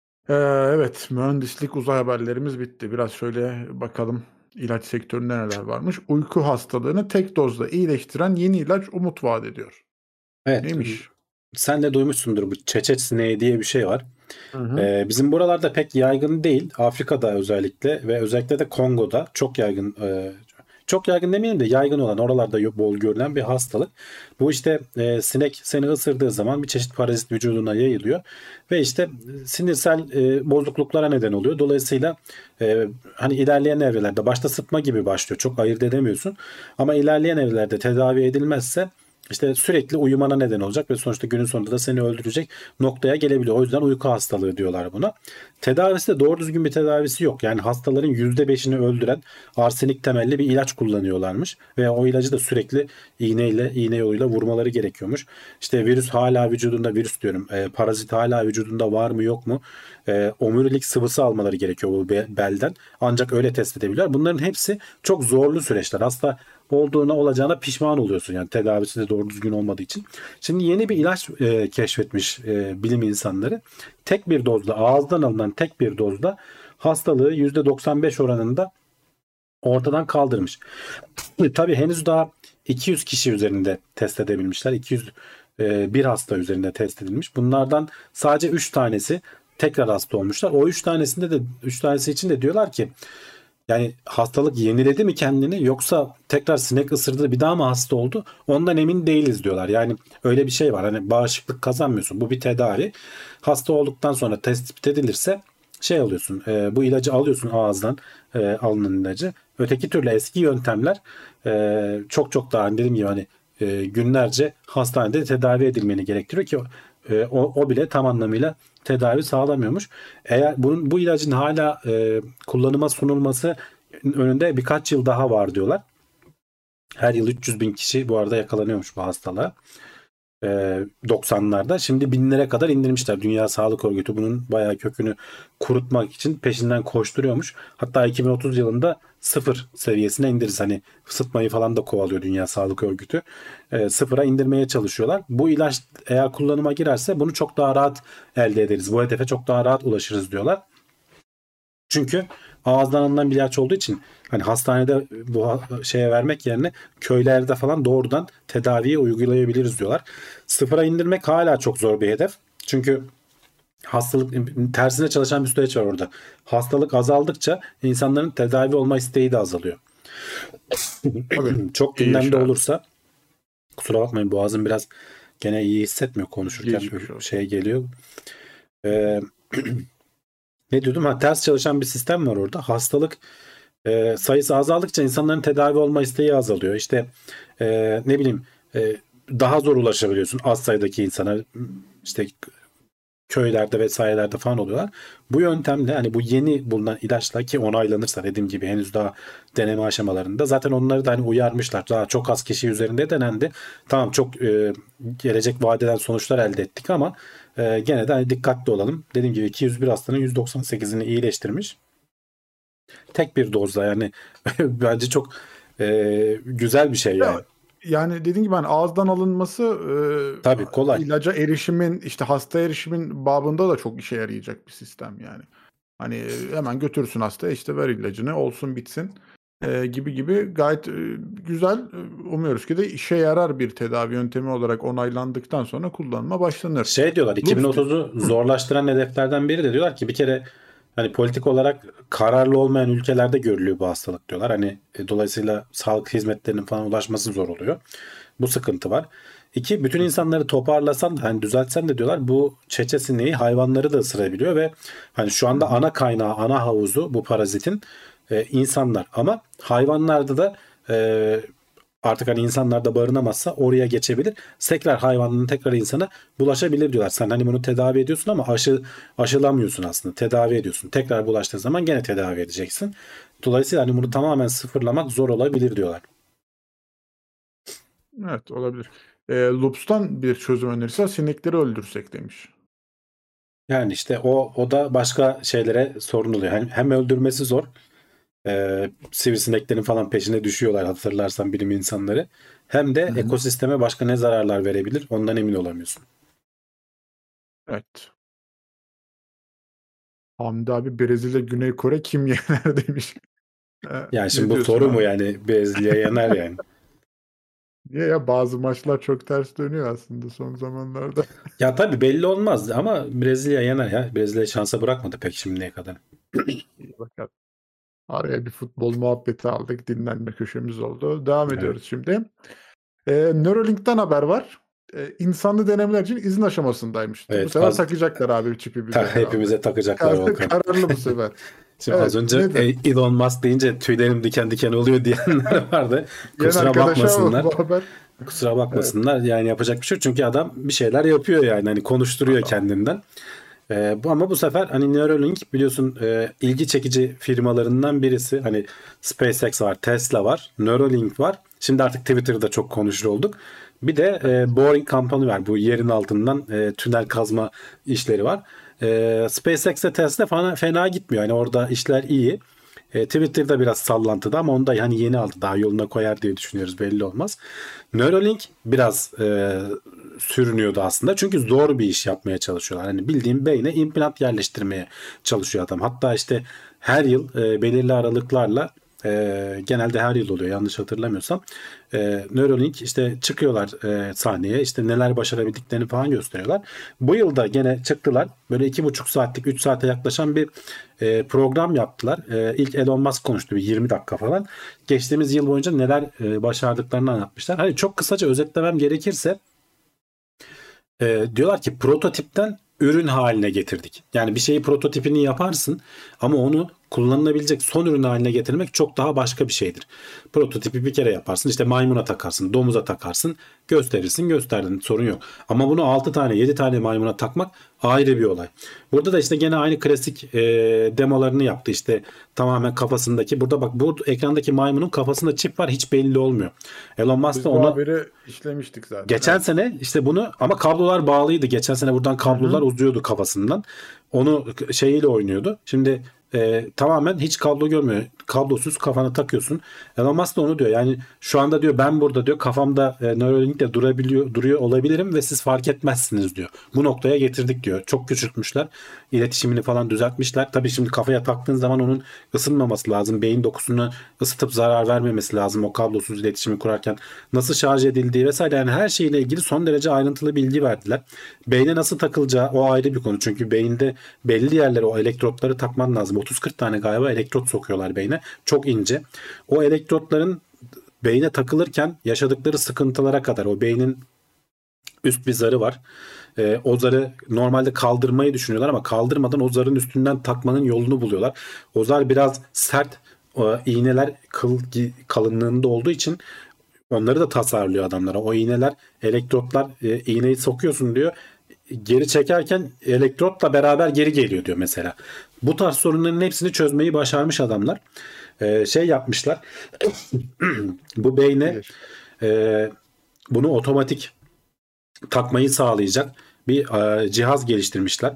Evet, mühendislik uzay haberlerimiz bitti. Biraz şöyle bakalım ilaç sektöründe neler varmış. Uyku hastalığını tek dozda iyileştiren yeni ilaç umut vaat ediyor. Evet, Neymiş? sen de duymuşsundur, bu çeçet sineği diye bir şey var. Hı hı. Bizim buralarda pek yaygın değil. Afrika'da özellikle ve özellikle de Kongo'da çok yaygın. Çok yaygın demeyelim de yaygın olan, oralarda bol görülen bir hastalık. Bu işte sinek seni ısırdığı zaman bir çeşit parazit vücuduna yayılıyor ve işte sinirsel bozukluklara neden oluyor. Dolayısıyla hani ilerleyen evrelerde başta sıtma gibi başlıyor. Çok ayırt edemiyorsun. Ama ilerleyen evrelerde tedavi edilmezse işte sürekli uyumana neden olacak ve sonuçta günün sonunda da seni öldürecek noktaya gelebiliyor. O yüzden uyku hastalığı diyorlar buna. Tedavisi de doğru düzgün bir tedavisi yok. Yani hastaların %5'ini öldüren arsenik temelli bir ilaç kullanıyorlarmış ve o ilacı da sürekli iğne yoluyla vurmaları gerekiyormuş. İşte virüs hala vücudunda, virüs diyorum, parazit hala vücudunda var mı yok mu? Omurilik sıvısı almaları gerekiyor bu belden. Ancak öyle tespit edebiliyorlar. Bunların hepsi çok zorlu süreçler. Hasta olacağına pişman oluyorsun yani, tedavisi de doğru düzgün olmadığı için. Şimdi yeni bir ilaç keşfetmiş bilim insanları. Tek bir dozda, ağızdan alınan tek bir dozda hastalığı %95 oranında ortadan kaldırmış. Tabii henüz daha 200 kişi üzerinde test edebilmişler. 200 bir hasta üzerinde test edilmiş. Bunlardan sadece 3 tanesi tekrar hasta olmuşlar. O 3 tanesi için de diyorlar ki yani hastalık yeniledi mi kendini, yoksa tekrar sinek ısırdı bir daha mı hasta oldu? Ondan emin değiliz diyorlar. Yani öyle bir şey var. Hani bağışıklık kazanmıyorsun. Bu bir tedavi. Hasta olduktan sonra tespit edilirse şey alıyorsun. Bu ilacı alıyorsun ağızdan, alınan ilacı. Öteki türlü eski yöntemler çok çok daha hani dediğim gibi hani günlerce hastanede tedavi edilmeni gerektiriyor ki o bile tam anlamıyla tedavi sağlamıyormuş. Eğer bu ilacın hala kullanıma sunulması önünde birkaç yıl daha var diyorlar. Her yıl 300 bin kişi bu arada yakalanıyormuş bu hastalığa. 90'larda. Şimdi binlere kadar indirmişler. Dünya Sağlık Örgütü bunun bayağı kökünü kurutmak için peşinden koşturuyormuş. Hatta 2030 yılında sıfır seviyesine indiririz. Hani sıtmayı falan da kovalıyor Dünya Sağlık Örgütü. Sıfıra indirmeye çalışıyorlar. Bu ilaç eğer kullanıma girerse bunu çok daha rahat elde ederiz. Bu hedefe çok daha rahat ulaşırız diyorlar. Çünkü ağızdan alınan bir ilaç olduğu için hani hastanede bu şeye vermek yerine köylerde falan doğrudan tedaviyi uygulayabiliriz diyorlar. Sıfıra indirmek hala çok zor bir hedef. Çünkü hastalık tersine çalışan bir süreç var orada. Hastalık azaldıkça insanların tedavi olma isteği de azalıyor. Tabii. Çok İyi gündemde yaşa. olursa kusura bakmayın boğazım biraz gene iyi hissetmiyor konuşurken Geçmiş olsun. şey geliyor. Ee, Ne diyordum? Ters çalışan bir sistem var orada. Hastalık sayısı azaldıkça insanların tedavi olma isteği azalıyor. İşte ne bileyim daha zor ulaşabiliyorsun az sayıdaki insana. İşte köylerde vesairelerde falan oluyorlar. Bu yöntemle hani bu yeni bulunan ilaçla ki onaylanırsa dediğim gibi henüz daha deneme aşamalarında zaten onları da hani uyarmışlar. Daha çok az kişi üzerinde denendi. Tamam çok gelecek vadeden sonuçlar elde ettik ama gene de hani dikkatli olalım. Dediğim gibi 201 hastanın 198'ini iyileştirmiş. Tek bir dozla yani bence çok güzel bir şey yani. Yani dediğim gibi hani ağızdan alınması Tabii kolay. ilaca erişimin işte hasta erişimin babında da çok işe yarayacak bir sistem yani. Hani hemen götürsün hastaya işte ver ilacını olsun bitsin gibi gayet güzel. Umuyoruz ki de işe yarar bir tedavi yöntemi olarak onaylandıktan sonra kullanıma başlanır. Şey diyorlar 2030'u zorlaştıran hedeflerden biri de diyorlar ki bir kere hani politik olarak kararlı olmayan ülkelerde görülüyor bu hastalık diyorlar. Hani dolayısıyla sağlık hizmetlerinin falan ulaşması zor oluyor. Bu sıkıntı var. İki, bütün insanları toparlasan da hani düzeltsen de diyorlar bu çeçe sineği hayvanları da ısırabiliyor ve hani şu anda ana kaynağı, ana havuzu bu parazitin insanlar. Ama hayvanlarda da artık hani insanlar da barınamazsa oraya geçebilir. Tekrar hayvanın tekrar insana bulaşabilir diyorlar. Sen hani bunu tedavi ediyorsun ama aşılamıyorsun aslında. Tedavi ediyorsun. Tekrar bulaştığı zaman gene tedavi edeceksin. Dolayısıyla hani bunu tamamen sıfırlamak zor olabilir diyorlar. Evet olabilir. Lupus'tan bir çözüm önerisi sinekleri öldürsek demiş. Yani işte o da başka şeylere sorun oluyor. Hem öldürmesi zor. Sivrisineklerin falan peşine düşüyorlar hatırlarsan bilim insanları. Hem de Hı hı. ekosisteme başka ne zararlar verebilir ondan emin olamıyorsun. Evet. Hamdi abi Brezilya Güney Kore kim yener demiş. Yani Ne şimdi bu diyorsun soru mu abi? yani Brezilya yener yani. Niye ya bazı maçlar çok ters dönüyor aslında son zamanlarda. Ya tabii belli olmaz ama Brezilya yener ya. Brezilya şansa bırakmadı pek şimdiye kadar. İyi bakalım. Araya bir futbol muhabbeti aldık. Dinlenme köşemiz oldu. Devam Evet. ediyoruz şimdi. Neuralink'ten haber var. İnsanlı denemeler için izin aşamasındaymış. Bu Evet, sefer takacaklar abi çipi bize herhalde. hepimize takacaklar Volkan. Kararlı bu sefer. Şimdi az Evet, önce nedir? Elon Musk deyince tüylerim diken diken oluyor diyenler vardı. Yeni Kusura arkadaşa bakmasınlar. bu haber. Kusura Evet. bakmasınlar. Yani yapacak bir şey yok. Çünkü adam bir şeyler yapıyor yani. Hani konuşturuyor Adam. kendinden. Ama bu sefer hani Neuralink biliyorsun ilgi çekici firmalarından birisi. Hani SpaceX var, Tesla var, Neuralink var. Şimdi artık Twitter'da çok konuşur olduk. Bir de Boring Company var. Bu yerin altından tünel kazma işleri var. SpaceX'e Tesla falan fena gitmiyor. Yani orada işler iyi. Twitter'da biraz sallantıda ama onu da yani yeni aldı. Daha yoluna koyar diye düşünüyoruz. Belli olmaz. Neuralink biraz sürünüyordu aslında. Çünkü zor bir iş yapmaya çalışıyorlar. Hani bildiğim beyne implant yerleştirmeye çalışıyor adam. Hatta işte her yıl belirli aralıklarla genelde her yıl oluyor yanlış hatırlamıyorsam. Neuralink işte çıkıyorlar sahneye işte neler başarabildiklerini falan gösteriyorlar. Bu yılda gene çıktılar. Böyle 2,5 saatlik 3 saate yaklaşan bir program yaptılar. İlk Elon Musk konuştu bir 20 dakika falan. Geçtiğimiz yıl boyunca neler başardıklarını anlatmışlar. Hani çok kısaca özetlemem gerekirse diyorlar ki prototipten ürün haline getirdik. Yani bir şeyi prototipini yaparsın ama onu kullanılabilecek son ürün haline getirmek çok daha başka bir şeydir. Prototipi bir kere yaparsın, işte maymuna takarsın, domuza takarsın, gösterirsin, gösterdin, sorun yok. Ama bunu 6 tane 7 tane maymuna takmak ayrı bir olay. Burada da işte gene aynı klasik demolarını yaptı, işte tamamen kafasındaki, burada bak bu ekrandaki maymunun kafasında çip var, hiç belli olmuyor. Elon Musk Biz da bu ona haberi işlemiştik zaten. geçen sene işte bunu, ama kablolar bağlıydı. Geçen sene buradan kablolar uzuyordu kafasından. Onu şeyiyle oynuyordu. Şimdi tamamen hiç kablo görmüyor. Kablosuz kafana takıyorsun. Elon Musk da onu diyor. Yani şu anda diyor ben burada diyor kafamda Neuralink'le duruyor olabilirim ve siz fark etmezsiniz diyor. Bu noktaya getirdik diyor. Çok küçültmüşler. İletişimini falan düzeltmişler. Tabii şimdi kafaya taktığın zaman onun ısınmaması lazım. Beyin dokusunu ısıtıp zarar vermemesi lazım o kablosuz iletişimi kurarken. Nasıl şarj edildiği vesaire, yani her şeyle ilgili son derece ayrıntılı bilgi verdiler. Beyne nasıl takılacağı o ayrı bir konu. Çünkü beyinde belli yerlere o elektrotları takman lazım. 30-40 tane galiba elektrot sokuyorlar beyne. Çok ince. O elektrotların beyne takılırken yaşadıkları sıkıntılara kadar, o beynin üst bir zarı var. O zarı normalde kaldırmayı düşünüyorlar ama kaldırmadan o zarın üstünden takmanın yolunu buluyorlar. O zar biraz sert, iğneler kalınlığında olduğu için onları da tasarlıyor adamlara. O iğneler, elektrotlar, iğneyi sokuyorsun diyor. Geri çekerken elektrotla beraber geri geliyor diyor mesela. Bu tarz sorunların hepsini çözmeyi başarmış adamlar. Şey yapmışlar. Bu beyne bunu otomatik takmayı sağlayacak bir cihaz geliştirmişler.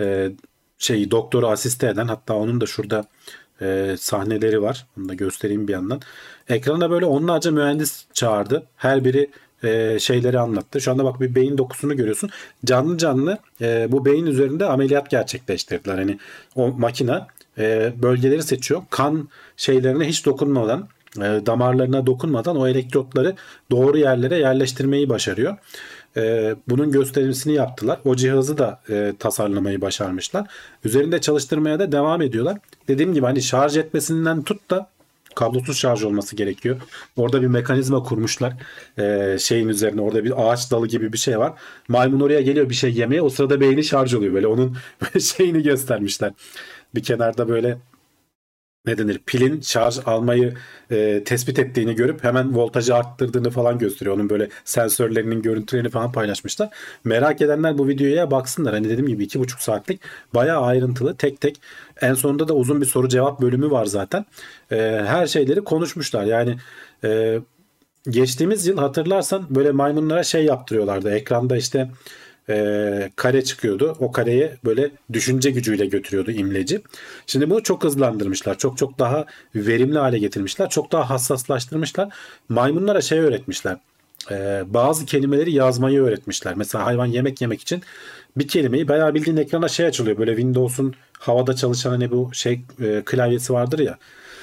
Doktoru asiste eden, hatta onun da şurada sahneleri var. Onu da göstereyim bir yandan. Ekrana böyle onlarca mühendis çağırdı. Her biri şeyleri anlattı. Şu anda bak bir beyin dokusunu görüyorsun. Canlı canlı bu beyin üzerinde ameliyat gerçekleştirdiler. Hani o makine bölgeleri seçiyor. Kan şeylerine hiç dokunmadan, damarlarına dokunmadan o elektrotları doğru yerlere yerleştirmeyi başarıyor. Bunun gösterimini yaptılar. O cihazı da tasarlamayı başarmışlar. Üzerinde çalıştırmaya da devam ediyorlar. Dediğim gibi hani şarj etmesinden tut da kablosuz şarj olması gerekiyor. Orada bir mekanizma kurmuşlar. Şeyin üzerine orada bir ağaç dalı gibi bir şey var. Maymun oraya geliyor bir şey yemeye. O sırada beyni şarj oluyor. Böyle onun şeyini göstermişler. Bir kenarda böyle ne denir, pilin şarj almayı tespit ettiğini görüp hemen voltajı arttırdığını falan gösteriyor. Onun böyle sensörlerinin görüntülerini falan paylaşmışlar. Merak edenler bu videoya baksınlar. Hani dediğim gibi 2,5 saatlik, bayağı ayrıntılı, tek tek. En sonunda da uzun bir soru cevap bölümü var zaten. Her şeyleri konuşmuşlar. Yani geçtiğimiz yıl hatırlarsan böyle maymunlara şey yaptırıyorlardı. Ekranda işte kare çıkıyordu. O kareye böyle düşünce gücüyle götürüyordu imleci. Şimdi bunu çok hızlandırmışlar. Çok çok daha verimli hale getirmişler. Çok daha hassaslaştırmışlar. Maymunlara şey öğretmişler. Bazı kelimeleri yazmayı öğretmişler. Mesela hayvan yemek yemek için bir kelimeyi, bayağı bildiğin ekrana şey açılıyor. Böyle Windows'un havada çalışan hani bu şey klavyesi vardır ya.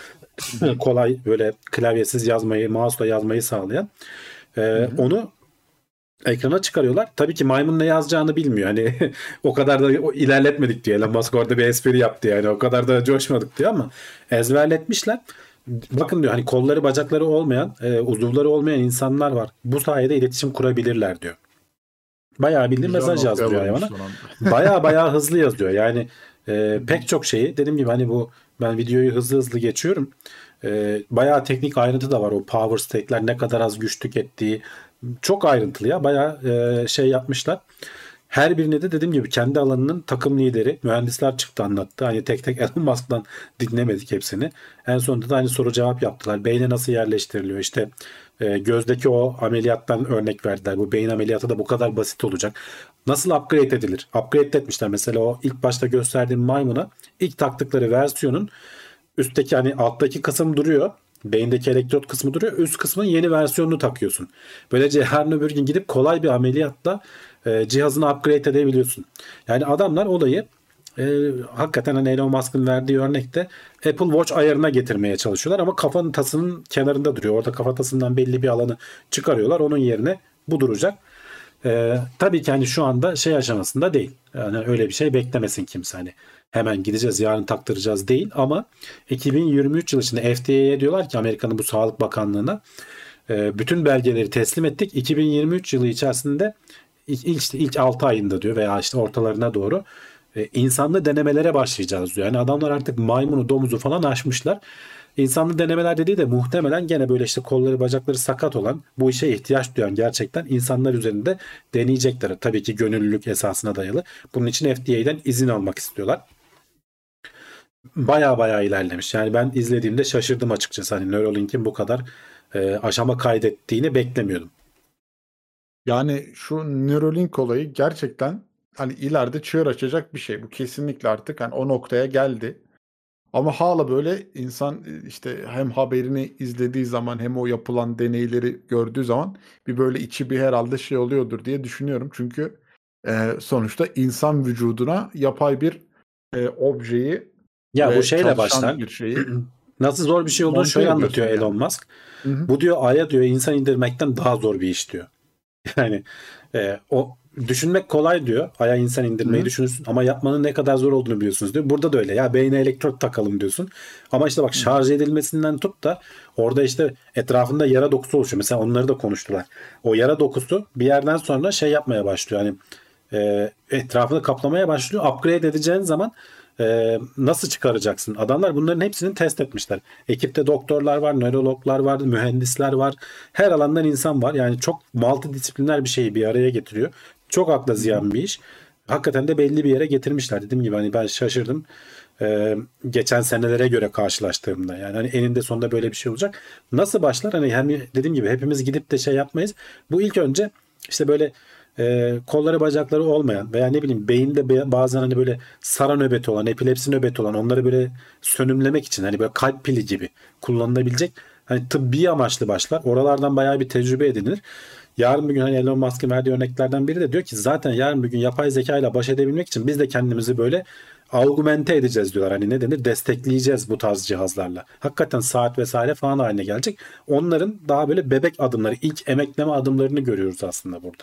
Kolay böyle klavyesiz yazmayı, mouse'la yazmayı sağlayan. Onu ekrana çıkarıyorlar. Tabii ki maymun ne yazacağını bilmiyor. Hani o kadar da ilerletmedik diyor. Elon Musk orada bir espri yaptı yani. O kadar da coşmadık diyor ama ezberletmişler. Bakın diyor, hani kolları bacakları olmayan, uzuvları olmayan insanlar var. Bu sayede iletişim kurabilirler diyor. Bayağı bildiğin mesaj yazdırıyor hayvana. Bayağı hızlı yazıyor. Yani pek çok şeyi, dediğim gibi hani bu, ben videoyu hızlı geçiyorum. Bayağı teknik ayrıntı da var. O power state'ler ne kadar az güç tükettiği çok ayrıntılı ya. Bayağı şey yapmışlar. Her birine de dediğim gibi kendi alanının takım lideri mühendisler çıktı, anlattı. Hani tek tek Elon Musk'tan dinlemedik hepsini. En sonunda da aynı soru cevap yaptılar. Beyne nasıl yerleştiriliyor? İşte gözdeki o ameliyattan örnek verdiler. Bu beyin ameliyatı da bu kadar basit olacak. Nasıl upgrade edilir? Upgrade etmişler. Mesela o ilk başta gösterdiğim maymuna ilk taktıkları versiyonun üstteki, hani alttaki kısım duruyor. Beyindeki elektrot kısmı duruyor. Üst kısmın yeni versiyonunu takıyorsun. Böylece yarın öbür gün gidip kolay bir ameliyatla cihazını upgrade edebiliyorsun. Yani adamlar olayı hakikaten hani Elon Musk'ın verdiği örnekte Apple Watch ayarına getirmeye çalışıyorlar ama kafanın tasının kenarında duruyor. Orada kafa tasından belli bir alanı çıkarıyorlar. Onun yerine bu duracak. Tabii ki hani şu anda şey aşamasında değil. Yani öyle bir şey beklemesin kimse. Hani hemen gideceğiz yarın taktıracağız değil, ama 2023 yılı içinde FDA'ye diyorlar ki, Amerika'nın bu Sağlık Bakanlığı'na bütün belgeleri teslim ettik. 2023 yılı içerisinde ilk 6 ayında diyor veya işte ortalarına doğru insanlı denemelere başlayacağız diyor. Yani adamlar artık maymunu, domuzu falan aşmışlar. İnsanlı denemeler dediği de muhtemelen gene böyle işte kolları bacakları sakat olan, bu işe ihtiyaç duyan gerçekten insanlar üzerinde deneyecekler. Tabii ki gönüllülük esasına dayalı. Bunun için FDA'den izin almak istiyorlar. Baya ilerlemiş. Yani ben izlediğimde şaşırdım açıkçası. Hani Neuralink'in bu kadar aşama kaydettiğini beklemiyordum. Yani şu Neuralink olayı gerçekten hani ileride çığır açacak bir şey. Bu kesinlikle artık hani o noktaya geldi. Ama hala böyle insan işte hem haberini izlediği zaman hem o yapılan deneyleri gördüğü zaman bir böyle içi bir herhalde şey oluyordur diye düşünüyorum. Çünkü sonuçta insan vücuduna yapay bir objeyi Ya bu ve şeyle çalışan başlar. bir şeyi Nasıl zor bir şey olduğunu monte şöyle ediyorsun anlatıyor yani. Elon Musk. Hı hı. Bu diyor Ay'a diyor insan indirmekten daha zor bir iş diyor. Yani o düşünmek kolay diyor. Ay'a insan indirmeyi Hı. düşünürsün ama yapmanın ne kadar zor olduğunu biliyorsunuz diyor. Burada da öyle. Ya beyne elektrot takalım diyorsun. Ama işte bak Hı. şarj edilmesinden tut da orada işte etrafında yara dokusu oluşuyor. Mesela onları da konuştular. O yara dokusu bir yerden sonra şey yapmaya başlıyor. Hani etrafını kaplamaya başlıyor. Upgrade edeceğin zaman nasıl çıkaracaksın? Adamlar bunların hepsini test etmişler. Ekipte doktorlar var, nörologlar var, mühendisler var. Her alandan insan var. Yani çok multidisipliner bir şeyi bir araya getiriyor. Çok akla ziyan bir iş. Hakikaten de belli bir yere getirmişler. Dediğim gibi hani ben şaşırdım. Geçen senelere göre karşılaştığımda. Yani hani eninde sonunda böyle bir şey olacak. Nasıl başlar? Hani hem dediğim gibi hepimiz gidip de şey yapmayız. Bu ilk önce işte böyle kolları bacakları olmayan veya ne bileyim beyinde bazen hani böyle sara nöbeti olan, epilepsi nöbeti olan onları böyle sönümlemek için hani böyle kalp pili gibi kullanılabilecek hani tıbbi amaçlı başlar. Oralardan bayağı bir tecrübe edinilir. Yarın bir gün hani Elon Musk'ın verdiği örneklerden biri de diyor ki zaten yarın bir gün yapay zeka ile baş edebilmek için biz de kendimizi böyle augmente edeceğiz diyorlar. Hani ne denir? Destekleyeceğiz bu tarz cihazlarla. Hakikaten saat vesaire falan haline gelecek. Onların daha böyle bebek adımları, ilk emekleme adımlarını görüyoruz aslında burada.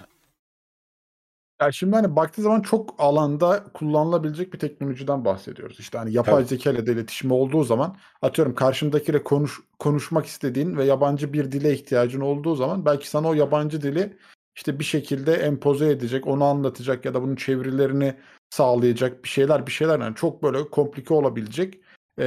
Ya şimdi hani baktığı zaman çok alanda kullanılabilecek bir teknolojiden bahsediyoruz. İşte hani yapay Tabii. zeka ile de iletişim olduğu zaman atıyorum karşındakiyle konuşmak istediğin ve yabancı bir dile ihtiyacın olduğu zaman belki sana o yabancı dili işte bir şekilde empoze edecek, onu anlatacak ya da bunun çevirilerini sağlayacak bir şeyler yani çok böyle komplike olabilecek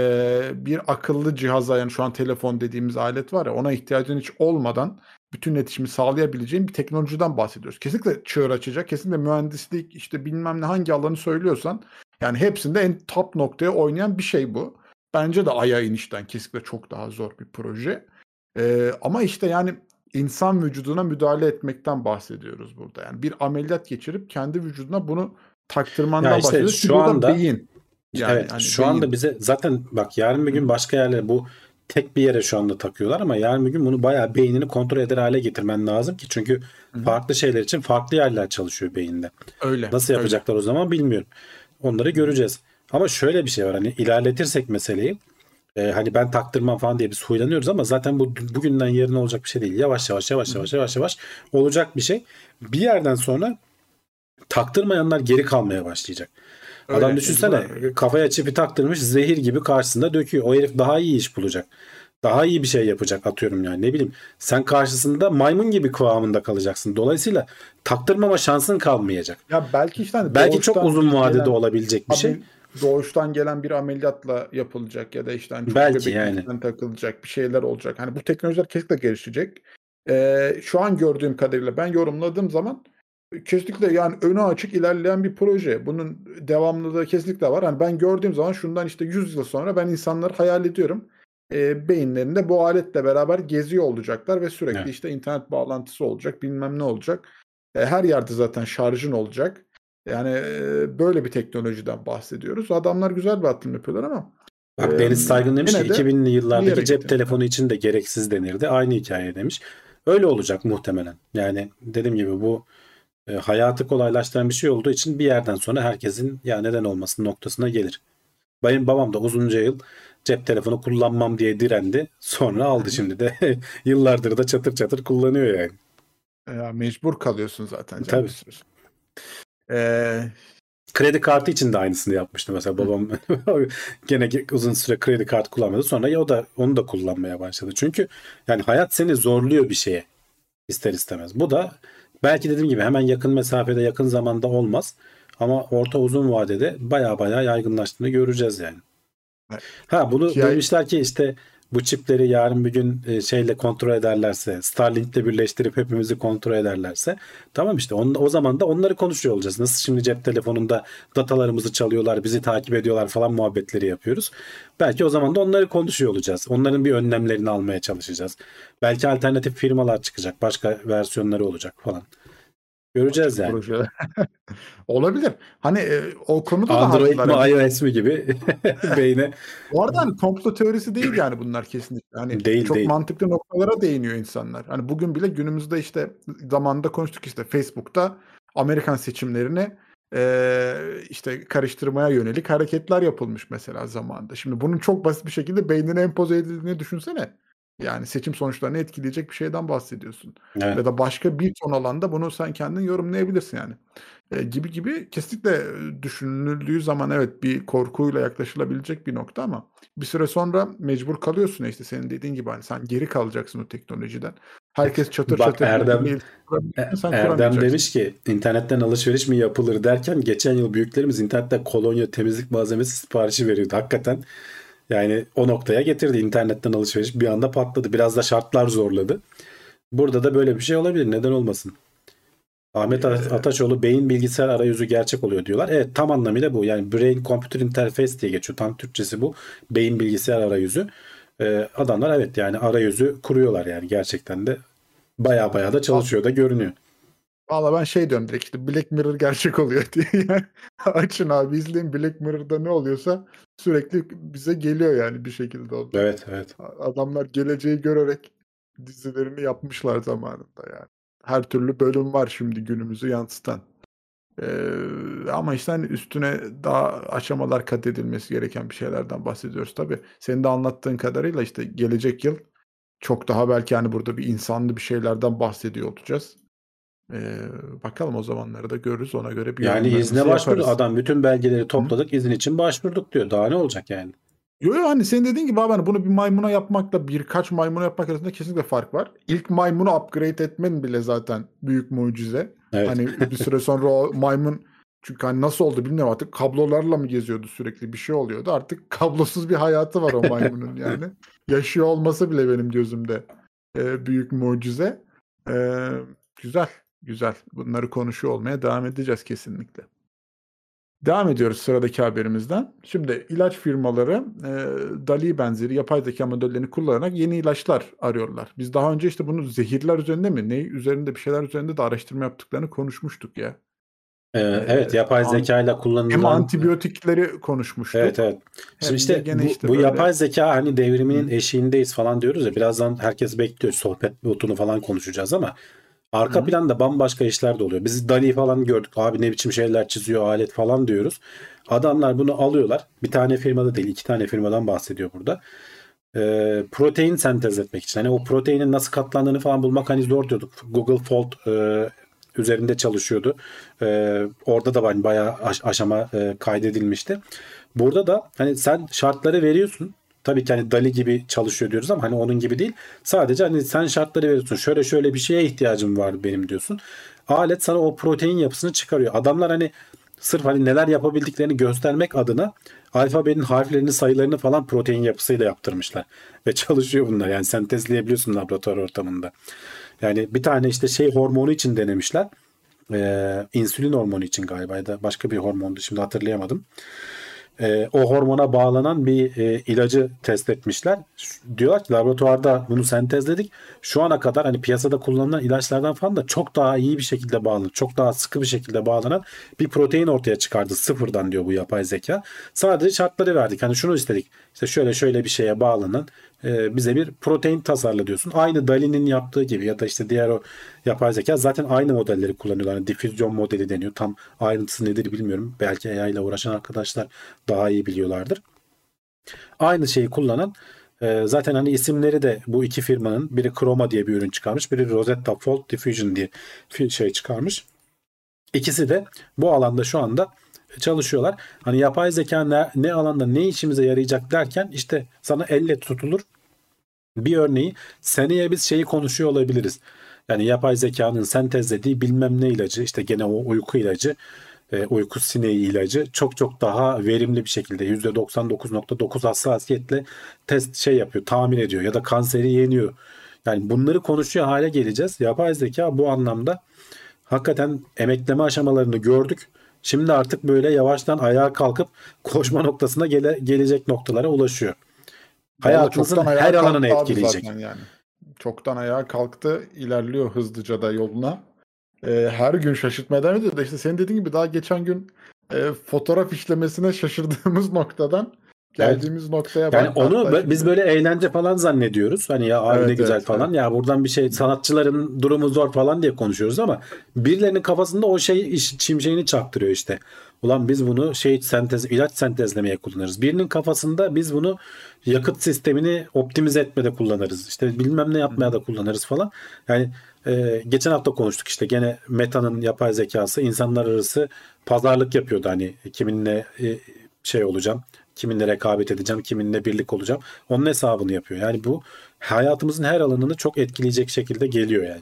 bir akıllı cihaza yani şu an telefon dediğimiz alet var ya ona ihtiyacın hiç olmadan bütün iletişimi sağlayabileceğin bir teknolojiden bahsediyoruz. Kesinlikle çığır açacak. Kesinlikle mühendislik işte bilmem ne hangi alanı söylüyorsan yani hepsinde en top noktaya oynayan bir şey bu. Bence de Ay'a inişten kesinlikle çok daha zor bir proje. Ama işte yani insan vücuduna müdahale etmekten bahsediyoruz burada. Yani bir ameliyat geçirip kendi vücuduna bunu Ya taktırmandan işte bahsediyoruz ki şu burada anda beyin. Yani evet hani şu anda beyin. bize zaten bak yarın bir Hı gün hı. başka yerlere bu tek bir yere şu anda takıyorlar ama yarın bir gün bunu bayağı beynini kontrol eder hale getirmen lazım ki çünkü Hı hı. farklı şeyler için farklı yerler çalışıyor beyinde. Öyle, Nasıl öyle. yapacaklar o zaman bilmiyorum. Onları Hı hı. göreceğiz. Ama şöyle bir şey var hani ilerletirsek meseleyi hani ben taktırmam falan diye biz huylanıyoruz ama zaten bu bugünden yarına olacak bir şey değil. Yavaş yavaş yavaş Hı hı. yavaş yavaş yavaş olacak bir şey. Bir yerden sonra taktırmayanlar geri kalmaya başlayacak. Adam Öyle, düşünsene mecburen. kafaya çipi taktırmış zehir gibi karşısında döküyor. O herif daha iyi iş bulacak. Daha iyi bir şey yapacak atıyorum yani ne bileyim. Sen karşısında maymun gibi kıvamında kalacaksın. Dolayısıyla taktırmama şansın kalmayacak. Ya belki işte hani Belki çok doğuştan uzun bir vadede gelen olabilecek bir şey. doğuştan gelen bir ameliyatla yapılacak ya da işte hani çok Belki yani. bebeklikten takılacak bir şeyler olacak. Hani bu teknolojiler kesinlikle gelişecek. Şu an gördüğüm kadarıyla ben yorumladığım zaman kesinlikle yani önü açık ilerleyen bir proje. Bunun devamlılığı kesinlikle var. Hani ben gördüğüm zaman şundan işte 100 yıl sonra ben insanları hayal ediyorum. Beyinlerinde bu aletle beraber geziyor olacaklar ve sürekli Evet. işte internet bağlantısı olacak, bilmem ne olacak. Her yerde zaten şarjın olacak. Yani böyle bir teknolojiden bahsediyoruz. Adamlar güzel bir atılım yapıyorlar ama Bak Deniz Saygın demiş ki yine de 2000'li bir yere yıllardaki cep getirmişler. telefonu için de gereksiz denirdi. Aynı hikaye demiş. Öyle olacak muhtemelen. Yani dediğim gibi bu hayatı kolaylaştıran bir şey olduğu için bir yerden sonra herkesin ya neden olmasın noktasına gelir. Benim babam da uzunca yıl cep telefonu kullanmam diye direndi. Sonra Hı aldı hı. şimdi de yıllardır da çatır çatır kullanıyor yani. Ya mecbur kalıyorsun zaten canım bir Tabii. süre sonra. Eee, Kredi kartı için de aynısını yapmıştı mesela hı. babam. Gene uzun süre kredi kartı kullanmadı. Sonra ya o da onu da kullanmaya başladı. Çünkü yani hayat seni zorluyor bir şeye ister istemez. Bu da belki dediğim gibi hemen yakın mesafede yakın zamanda olmaz. Ama orta uzun vadede baya yaygınlaştığını göreceğiz yani. Evet. Ha bunu İki ay- demişler ki işte bu çipleri yarın bir gün şeyle kontrol ederlerse, Starlink'le birleştirip hepimizi kontrol ederlerse, tamam işte o zaman da onları konuşuyor olacağız. Nasıl şimdi cep telefonunda datalarımızı çalıyorlar, bizi takip ediyorlar falan muhabbetleri yapıyoruz. Belki o zaman da onları konuşuyor olacağız. Onların bir önlemlerini almaya çalışacağız. Belki alternatif firmalar çıkacak, başka versiyonları olacak falan. Göreceğiz yani. projeler. Olabilir. Hani o konuda da Android haklılar. mi iOS mi gibi beyne Bu arada hani komplo teorisi değil yani bunlar kesinlikle. Hani değil çok değil. mantıklı noktalara değiniyor insanlar. Hani bugün bile günümüzde işte zamanında konuştuk işte Facebook'ta Amerikan seçimlerini işte karıştırmaya yönelik hareketler yapılmış mesela zamanında. Şimdi bunun çok basit bir şekilde beynine empoze edildiğini düşünsene. Yani seçim sonuçlarını etkileyecek bir şeyden bahsediyorsun. Evet. Ya da başka bir ton alanda bunu sen kendin yorumlayabilirsin yani. Gibi kesinlikle düşünüldüğü zaman evet bir korkuyla yaklaşılabilecek bir nokta ama bir süre sonra mecbur kalıyorsun işte senin dediğin gibi hani sen geri kalacaksın o teknolojiden. Herkes çatır Bak çatır birbiriyle iletişim kurabilirken sen Erdem kuramayacaksın. demiş ki internetten alışveriş mi yapılır derken geçen yıl büyüklerimiz internetten kolonya temizlik malzemesi siparişi veriyordu. Hakikaten yani o noktaya getirdi, internetten alışveriş bir anda patladı. Biraz da şartlar zorladı. Burada da böyle bir şey olabilir. Neden olmasın? Ahmet Ataçoğlu beyin bilgisayar arayüzü gerçek oluyor diyorlar. Evet, tam anlamıyla bu. Yani Brain Computer Interface diye geçiyor. Tam Türkçesi bu. Beyin bilgisayar arayüzü. Adamlar evet yani arayüzü kuruyorlar yani gerçekten de baya da çalışıyor da görünüyor. Valla ben şey diyorum direkt işte Black Mirror gerçek oluyor diye. Yani açın abi izleyin Black Mirror'da ne oluyorsa sürekli bize geliyor yani bir şekilde onlar. Evet. Adamlar geleceği görerek dizilerini yapmışlar zamanında yani. Her türlü bölüm var şimdi günümüzü yansıtan. Ama işte hani üstüne daha aşamalar kat edilmesi gereken bir şeylerden bahsediyoruz tabii. Senin de anlattığın kadarıyla işte gelecek yıl çok daha belki hani burada bir insanlı bir şeylerden bahsediyor olacağız. Bakalım o zamanları da görürüz. Ona göre bir Yani izne yorumlarımızı başvurdu. yaparız. Adam bütün belgeleri Hı? topladık, izin için başvurduk diyor. Daha ne olacak yani? Yo hani senin dediğin gibi abi hani bunu bir maymuna yapmakla birkaç maymuna yapmak arasında kesinlikle fark var. İlk maymunu upgrade etmen bile zaten büyük mucize. Evet. Hani bir süre sonra o maymun çünkü hani nasıl oldu bilmiyorum artık kablolarla mı geziyordu sürekli bir şey oluyordu. Artık kablosuz bir hayatı var o maymunun yani. Yaşıyor olması bile benim gözümde büyük mucize. Ee, güzel. Bunları konuşuyor olmaya devam edeceğiz kesinlikle. Devam ediyoruz sıradaki haberimizden. Şimdi ilaç firmaları DALL-E benzeri yapay zeka modellerini kullanarak yeni ilaçlar arıyorlar. Biz daha önce işte bunu zehirler üzerinde mi, ne üzerinde bir şeyler üzerinde de araştırma yaptıklarını konuşmuştuk ya. Evet, yapay An- zeka ile Hem kullanılan antibiyotikleri evet. konuşmuştuk Şimdi hem de işte gene işte bu böyle yapay zeka hani devriminin hı, eşiğindeyiz falan diyoruz ya, birazdan herkes bekliyor, sohbet botunu falan konuşacağız ama arka hı, planda bambaşka işler de oluyor. Biz Dali falan gördük. Abi ne biçim şeyler çiziyor alet falan diyoruz. Adamlar bunu alıyorlar. Bir tane firmada değil, iki tane firmadan bahsediyor burada. Protein sentez etmek için. Hani o proteinin nasıl katlandığını falan bulmak hani zor diyorduk. Google Fold üzerinde çalışıyordu. Orada da hani bayağı aşama kaydedilmişti. Burada da hani sen şartları veriyorsun. Tabii ki hani Dali gibi çalışıyor diyoruz ama hani onun gibi değil. Sadece hani sen şartları veriyorsun. Şöyle bir şeye ihtiyacım var benim diyorsun. Alet sana o protein yapısını çıkarıyor. Adamlar hani sırf hani neler yapabildiklerini göstermek adına alfabenin harflerini, sayılarını falan protein yapısıyla yaptırmışlar. Ve çalışıyor bunlar. Yani sentezleyebiliyorsun laboratuvar ortamında. Yani bir tane işte şey hormonu için denemişler. İnsülin hormonu için galiba ya da başka bir hormondu, şimdi hatırlayamadım. O hormona bağlanan bir ilacı test etmişler. Diyorlar ki laboratuvarda bunu sentezledik. Şu ana kadar hani piyasada kullanılan ilaçlardan falan da çok daha iyi bir şekilde bağlanan, çok daha sıkı bir şekilde bağlanan bir protein ortaya çıkardı sıfırdan diyor bu yapay zeka. Sadece şartları verdik. Hani şunu istedik. İşte şöyle bir şeye bağlanan bize bir protein tasarla diyorsun. Aynı Dali'nin yaptığı gibi ya da işte diğer o yapay zeka zaten aynı modelleri kullanıyorlar. Yani difüzyon modeli deniyor. Tam ayrıntısı nedir bilmiyorum. Belki AI ile uğraşan arkadaşlar daha iyi biliyorlardır. Aynı şeyi kullanan zaten hani isimleri de bu iki firmanın, biri Chroma diye bir ürün çıkarmış, biri Rosetta Fold Diffusion diye şey çıkarmış. İkisi de bu alanda şu anda çalışıyorlar. Hani yapay zeka ne alanda ne işimize yarayacak derken işte sana elle tutulur bir örneği, seneye biz şeyi konuşuyor olabiliriz. Yani yapay zekanın sentezlediği bilmem ne ilacı, işte gene o uyku ilacı uyku sineği ilacı çok çok daha verimli bir şekilde %99.9 hassasiyetle yapıyor, tamir ediyor ya da kanseri yeniyor. Yani bunları konuşuyor hale geleceğiz. Yapay zeka bu anlamda hakikaten emekleme aşamalarını gördük. Şimdi artık böyle yavaştan ayağa kalkıp koşma noktasına gelecek noktalara ulaşıyor. Hayatımızın çoktan ayağa her alanını kalktı abi etkileyecek. zaten yani. Çoktan ayağa kalktı, ilerliyor hızlıca da yoluna. Her gün şaşırtmaya devam ediyor da işte senin dediğin gibi daha geçen gün fotoğraf işlemesine şaşırdığımız noktadan geldiğimiz noktaya Yani bak. onu Hatta biz şimdi- böyle eğlence falan zannediyoruz. Hani ya abi ne Evet, güzel evet, falan. Ya buradan bir şey, sanatçıların durumu zor falan diye konuşuyoruz ama birilerinin kafasında o çimşeğini çaktırıyor işte. Ulan biz bunu ilaç sentezlemeye kullanırız. Birinin kafasında biz bunu yakıt sistemini optimize etmede kullanırız. İşte bilmem ne yapmaya da kullanırız falan. Yani geçen hafta konuştuk işte gene Meta'nın yapay zekası insanlar arası pazarlık yapıyordu. Hani kiminle olacağım, kiminle rekabet edeceğim, kiminle birlik olacağım. Onun hesabını yapıyor. Yani bu hayatımızın her alanını çok etkileyecek şekilde geliyor yani.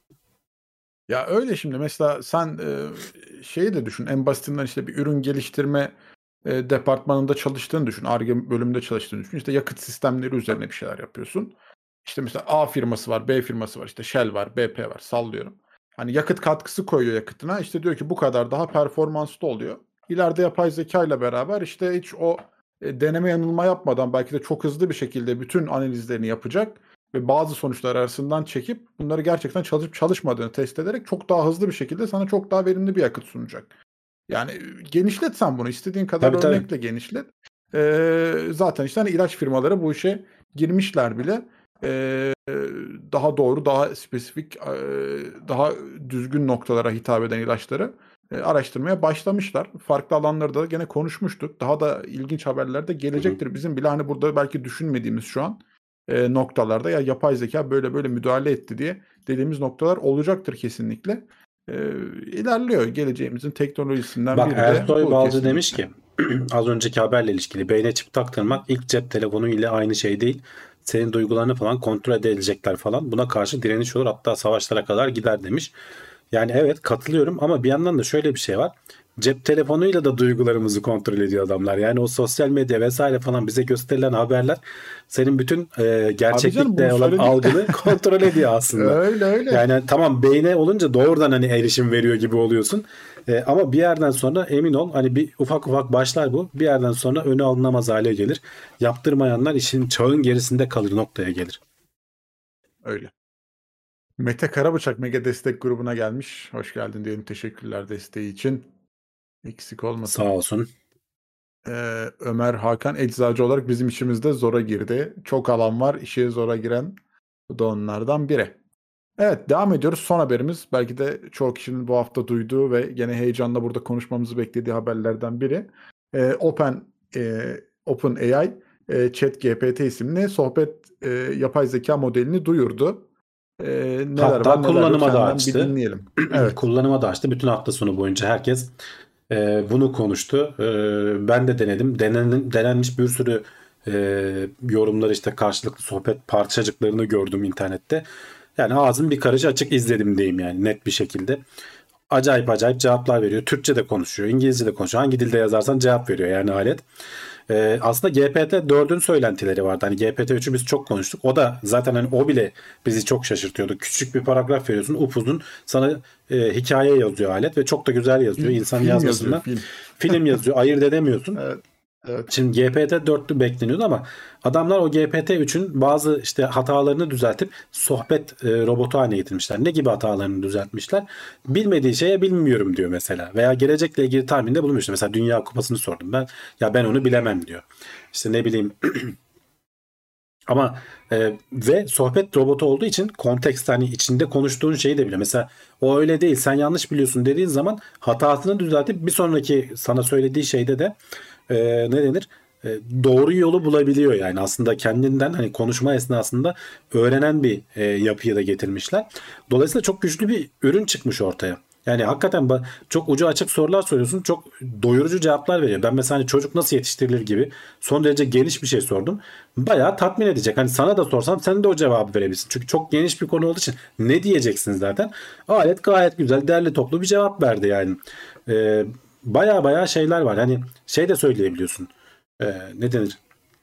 Ya öyle şimdi mesela sen şeyi de düşün. En basitinden işte bir ürün geliştirme departmanında çalıştığını düşün. Ar-Ge bölümünde çalıştığını düşün. İşte yakıt sistemleri üzerine bir şeyler yapıyorsun. İşte mesela A firması var, B firması var, işte Shell var, BP var, sallıyorum. Hani yakıt katkısı koyuyor yakıtına. İşte diyor ki bu kadar daha performanslı oluyor. İleride yapay zeka ile beraber işte hiç o deneme yanılma yapmadan belki de çok hızlı bir şekilde bütün analizlerini yapacak ve bazı sonuçlar arasından çekip bunları gerçekten çalışıp çalışmadığını test ederek çok daha hızlı bir şekilde sana çok daha verimli bir yakıt sunacak. Yani genişlet sen bunu. İstediğin kadar Tabii, tabii. örnekle genişlet. Zaten işte hani ilaç firmaları bu işe girmişler bile. Daha doğru, daha spesifik, daha düzgün noktalara hitap eden ilaçları araştırmaya başlamışlar. Farklı alanlarda da gene konuşmuştuk. Daha da ilginç haberler de gelecektir. Bizim bile hani burada belki düşünmediğimiz şu an noktalarda ya yapay zeka böyle böyle müdahale etti diye dediğimiz noktalar olacaktır kesinlikle. İlerliyor. Geleceğimizin teknolojisinden Bak biri de Ersoy bu Balcı kesinlikle. demiş ki az önceki haberle ilişkili beyne çip taktırmak ilk cep telefonu ile aynı şey değil. Senin duygularını falan kontrol edecekler falan. Buna karşı direniş olur hatta savaşlara kadar gider demiş. Yani evet katılıyorum ama bir yandan da şöyle bir şey var. Cep telefonuyla da duygularımızı kontrol ediyor adamlar. Yani o sosyal medya vesaire falan bize gösterilen haberler senin bütün gerçeklikle bunu olan söyledik. algını kontrol ediyor aslında. Öyle. Yani tamam beyne olunca doğrudan hani erişim veriyor gibi oluyorsun. Ama bir yerden sonra emin ol hani bir ufak ufak başlar bu. Bir yerden sonra önü alınamaz hale gelir. Yaptırmayanlar işin çağın gerisinde kalır noktaya gelir. Öyle. Mete Karabıçak Mega Destek grubuna gelmiş. Hoş geldin diyelim. Teşekkürler desteği için. Eksik olmasın. Sağ olsun. Ömer Hakan eczacı olarak bizim işimizde zora girdi. Çok alan var. İşe zora giren bu da onlardan biri. Evet devam ediyoruz. Son haberimiz belki de çoğu kişinin bu hafta duyduğu ve gene heyecanla burada konuşmamızı beklediği haberlerden biri. OpenAI ChatGPT isimli sohbet yapay zeka modelini duyurdu. Neler Hatta var neler yok kullanıma da senden açtı. bir dinleyelim. Evet. Kullanıma da açtı. Bütün hafta sonu boyunca herkes bunu konuştu. Ben de denedim. Denenmiş bir sürü yorumlar işte karşılıklı sohbet parçacıklarını gördüm internette. Yani ağzım bir karış açık izledim diyeyim yani net bir şekilde. Acayip acayip cevaplar veriyor. Türkçe de konuşuyor, İngilizce de konuşuyor. Hangi dilde yazarsan cevap veriyor yani alet. Aslında GPT-4'ün söylentileri vardı. Hani GPT-3'ü biz çok konuştuk. O da zaten hani o bile bizi çok şaşırtıyordu. Küçük bir paragraf veriyorsun upuzun sana hikaye yazıyor alet ve çok da güzel yazıyor. İnsan Film yazmasından yazıyor, film yazıyor. Ayırt edemiyorsun. Evet. Şimdi GPT-4'lü bekleniyordu ama adamlar o GPT-3'ün bazı işte hatalarını düzeltip sohbet robotu haline getirmişler. Ne gibi hatalarını düzeltmişler? Bilmediği şeye bilmiyorum diyor mesela. Veya gelecekle ilgili tahminde bulunmuştu. Mesela Dünya Kupası'nı sordum ben. Ya ben onu bilemem diyor. İşte ne bileyim ama ve sohbet robotu olduğu için kontekst hani içinde konuştuğun şeyi de biliyor. Mesela o öyle değil sen yanlış biliyorsun dediğin zaman hatasını düzeltip bir sonraki sana söylediği şeyde de ne denir? Doğru yolu bulabiliyor yani aslında kendinden hani konuşma esnasında öğrenen bir yapıya da getirmişler. Dolayısıyla çok güçlü bir ürün çıkmış ortaya. Yani hakikaten çok ucu açık sorular soruyorsun. Çok doyurucu cevaplar veriyor. Ben mesela hani çocuk nasıl yetiştirilir gibi son derece geniş bir şey sordum. Bayağı tatmin edecek. Hani sana da sorsam sen de o cevabı verebilirsin. Çünkü çok geniş bir konu olduğu için ne diyeceksin zaten. Alet gayet güzel, derli toplu bir cevap verdi yani. baya şeyler var. Hani şey de söyleyebiliyorsun. Ne denir?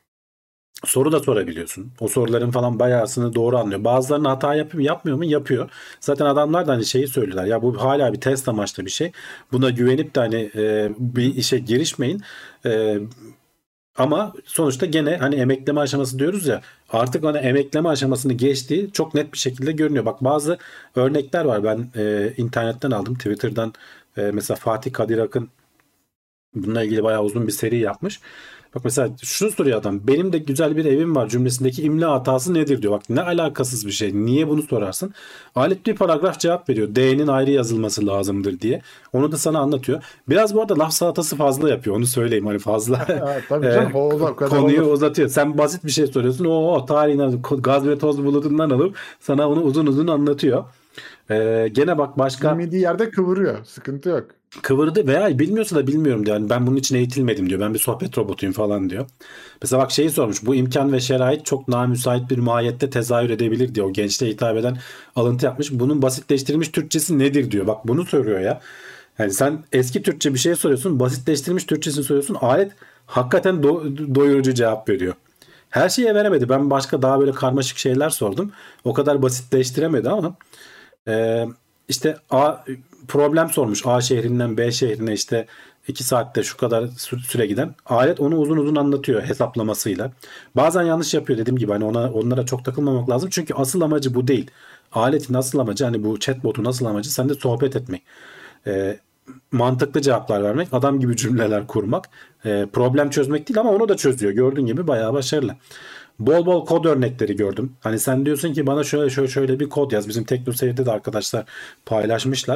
Soru da sorabiliyorsun. O soruların falan bayağısını doğru anlıyor. Bazılarının hata yapıyor mu, yapmıyor mu? Yapıyor. Zaten adamlar da hani şeyi söylüyorlar. Ya bu hala bir test amaçlı bir şey. Buna güvenip de hani bir işe girişmeyin. E, Ama sonuçta gene hani emekleme aşaması diyoruz ya, artık hani emekleme aşamasını geçtiği çok net bir şekilde görünüyor. Bak bazı örnekler var, ben internetten aldım, Twitter'dan. Mesela Fatih Kadir Akın bununla ilgili bayağı uzun bir seri yapmış. Bak mesela şunu soruyor adam. Benim de güzel bir evim var cümlesindeki imla hatası nedir diyor. Bak ne alakasız bir şey. Niye bunu sorarsın? Alet bir paragraf cevap veriyor. D'nin ayrı yazılması lazımdır diye. Onu da sana anlatıyor. Biraz bu arada laf salatası fazla yapıyor. Onu söyleyeyim, hani fazla Ha, tabii canım, o kadar konuyu olur. uzatıyor. Sen basit bir şey soruyorsun. O tarihinden gaz ve toz bulutundan alıp sana onu uzun uzun anlatıyor. Gene bak başka Bilmediği yerde kıvırıyor. Sıkıntı yok. kıvırdı veya bilmiyorsa da bilmiyorum diyor. Yani ben bunun için eğitilmedim diyor. Ben bir sohbet robotuyum falan diyor. Mesela bak şeyi sormuş. Bu imkan ve şerait çok namüsait bir mahiyette tezahür edebilir diyor. O gençliğe hitap eden alıntı yapmış. Bunun basitleştirilmiş Türkçesi nedir diyor. Bak bunu soruyor ya. Yani sen eski Türkçe bir şey soruyorsun. Basitleştirilmiş Türkçesini soruyorsun. Alet hakikaten doyurucu cevap veriyor. Her şeye veremedi. Ben başka daha böyle karmaşık şeyler sordum. O kadar basitleştiremedi ama ee, işte problem sormuş. A şehrinden B şehrine işte 2 saatte şu kadar süre giden. Alet onu uzun uzun anlatıyor hesaplamasıyla. Bazen yanlış yapıyor, dediğim gibi hani onlara çok takılmamak lazım. Çünkü asıl amacı bu değil. Aletin asıl amacı, hani bu chatbot'un asıl amacı seninle sohbet etmek. Ee, Mantıklı cevaplar vermek, adam gibi cümleler kurmak. Problem çözmek değil ama onu da çözüyor. Gördüğün gibi bayağı başarılı. Bol bol kod örnekleri gördüm. Hani sen diyorsun ki bana şöyle bir kod yaz. Bizim Tekno Seyir'de de arkadaşlar paylaşmışlar.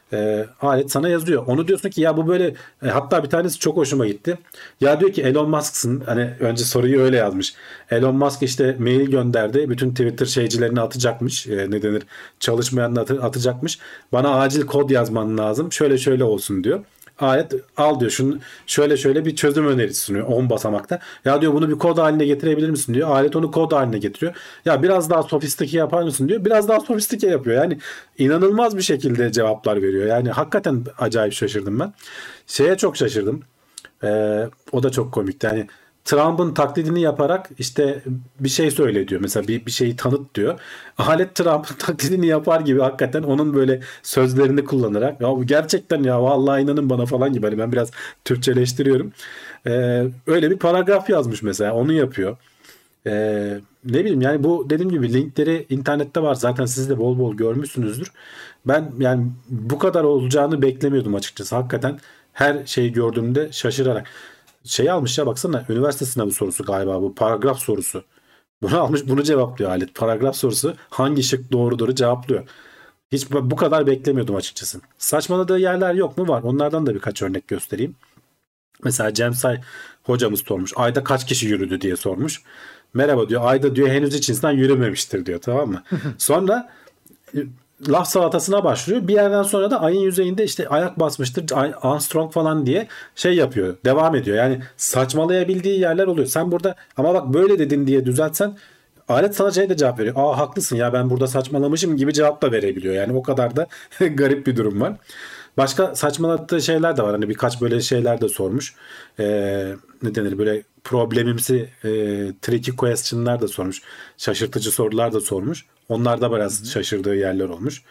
Alet sana yazıyor. Onu diyorsun ki ya bu böyle, hatta bir tanesi çok hoşuma gitti. Ya diyor ki Elon Musk'sın. Hani önce soruyu öyle yazmış. Elon Musk işte mail gönderdi. Bütün Twitter şeycilerini atacakmış. Ne denir? Çalışmayanını atacakmış. Bana acil kod yazman lazım. Şöyle olsun diyor. Alet al diyor, şunu şöyle bir çözüm önerisi sunuyor 10 basamakta. Ya diyor bunu bir kod haline getirebilir misin diyor. Alet onu kod haline getiriyor. Ya biraz daha sofistike yapar mısın diyor. Biraz daha sofistike yapıyor. Yani inanılmaz bir şekilde cevaplar veriyor. Yani hakikaten acayip şaşırdım ben. Şeye çok şaşırdım. O da çok komikti. Yani Trump'ın taklidini yaparak işte bir şey söyle diyor. Mesela bir şeyi tanıt diyor. Alet Trump'ın taklidini yapar gibi hakikaten onun böyle sözlerini kullanarak, ya bu gerçekten ya vallahi inanın bana falan gibi. Hani ben biraz Türkçeleştiriyorum. Öyle bir paragraf yazmış mesela. Onu yapıyor. Ne bileyim yani, bu dediğim gibi linkleri internette var. Zaten siz de bol bol görmüşsünüzdür. Ben yani bu kadar olacağını beklemiyordum açıkçası. Hakikaten her şeyi gördüğümde şaşırarak. Şey almış ya, baksana, üniversite sınavı sorusu galiba bu. Paragraf sorusu. Bunu almış, bunu cevaplıyor alet. Paragraf sorusu, hangi şık doğrudur cevaplıyor. Hiç bu kadar beklemiyordum açıkçası. Saçmaladığı yerler yok mu? Var. Onlardan da birkaç örnek göstereyim. Mesela Cemsay hocamız sormuş. Ayda kaç kişi yürüdü diye sormuş. Merhaba diyor. Ayda diyor henüz hiç insan yürümemiştir diyor, tamam mı? Sonra laf salatasına başlıyor. Bir yerden sonra da ayın yüzeyinde işte ayak basmıştır Armstrong falan diye şey yapıyor. Devam ediyor. Yani saçmalayabildiği yerler oluyor. Sen burada ama bak böyle dedin diye düzeltsen alet sana şey de cevap veriyor. Aa haklısın ya, ben burada saçmalamışım gibi cevap da verebiliyor. Yani o kadar da garip bir durum var. Başka saçmalattığı şeyler de var. Hani birkaç böyle şeyler de sormuş. Ne denir, böyle problemimsi tricky question'lar da sormuş. Şaşırtıcı sorular da sormuş. Onlar da biraz şaşırdığı yerler olmuş.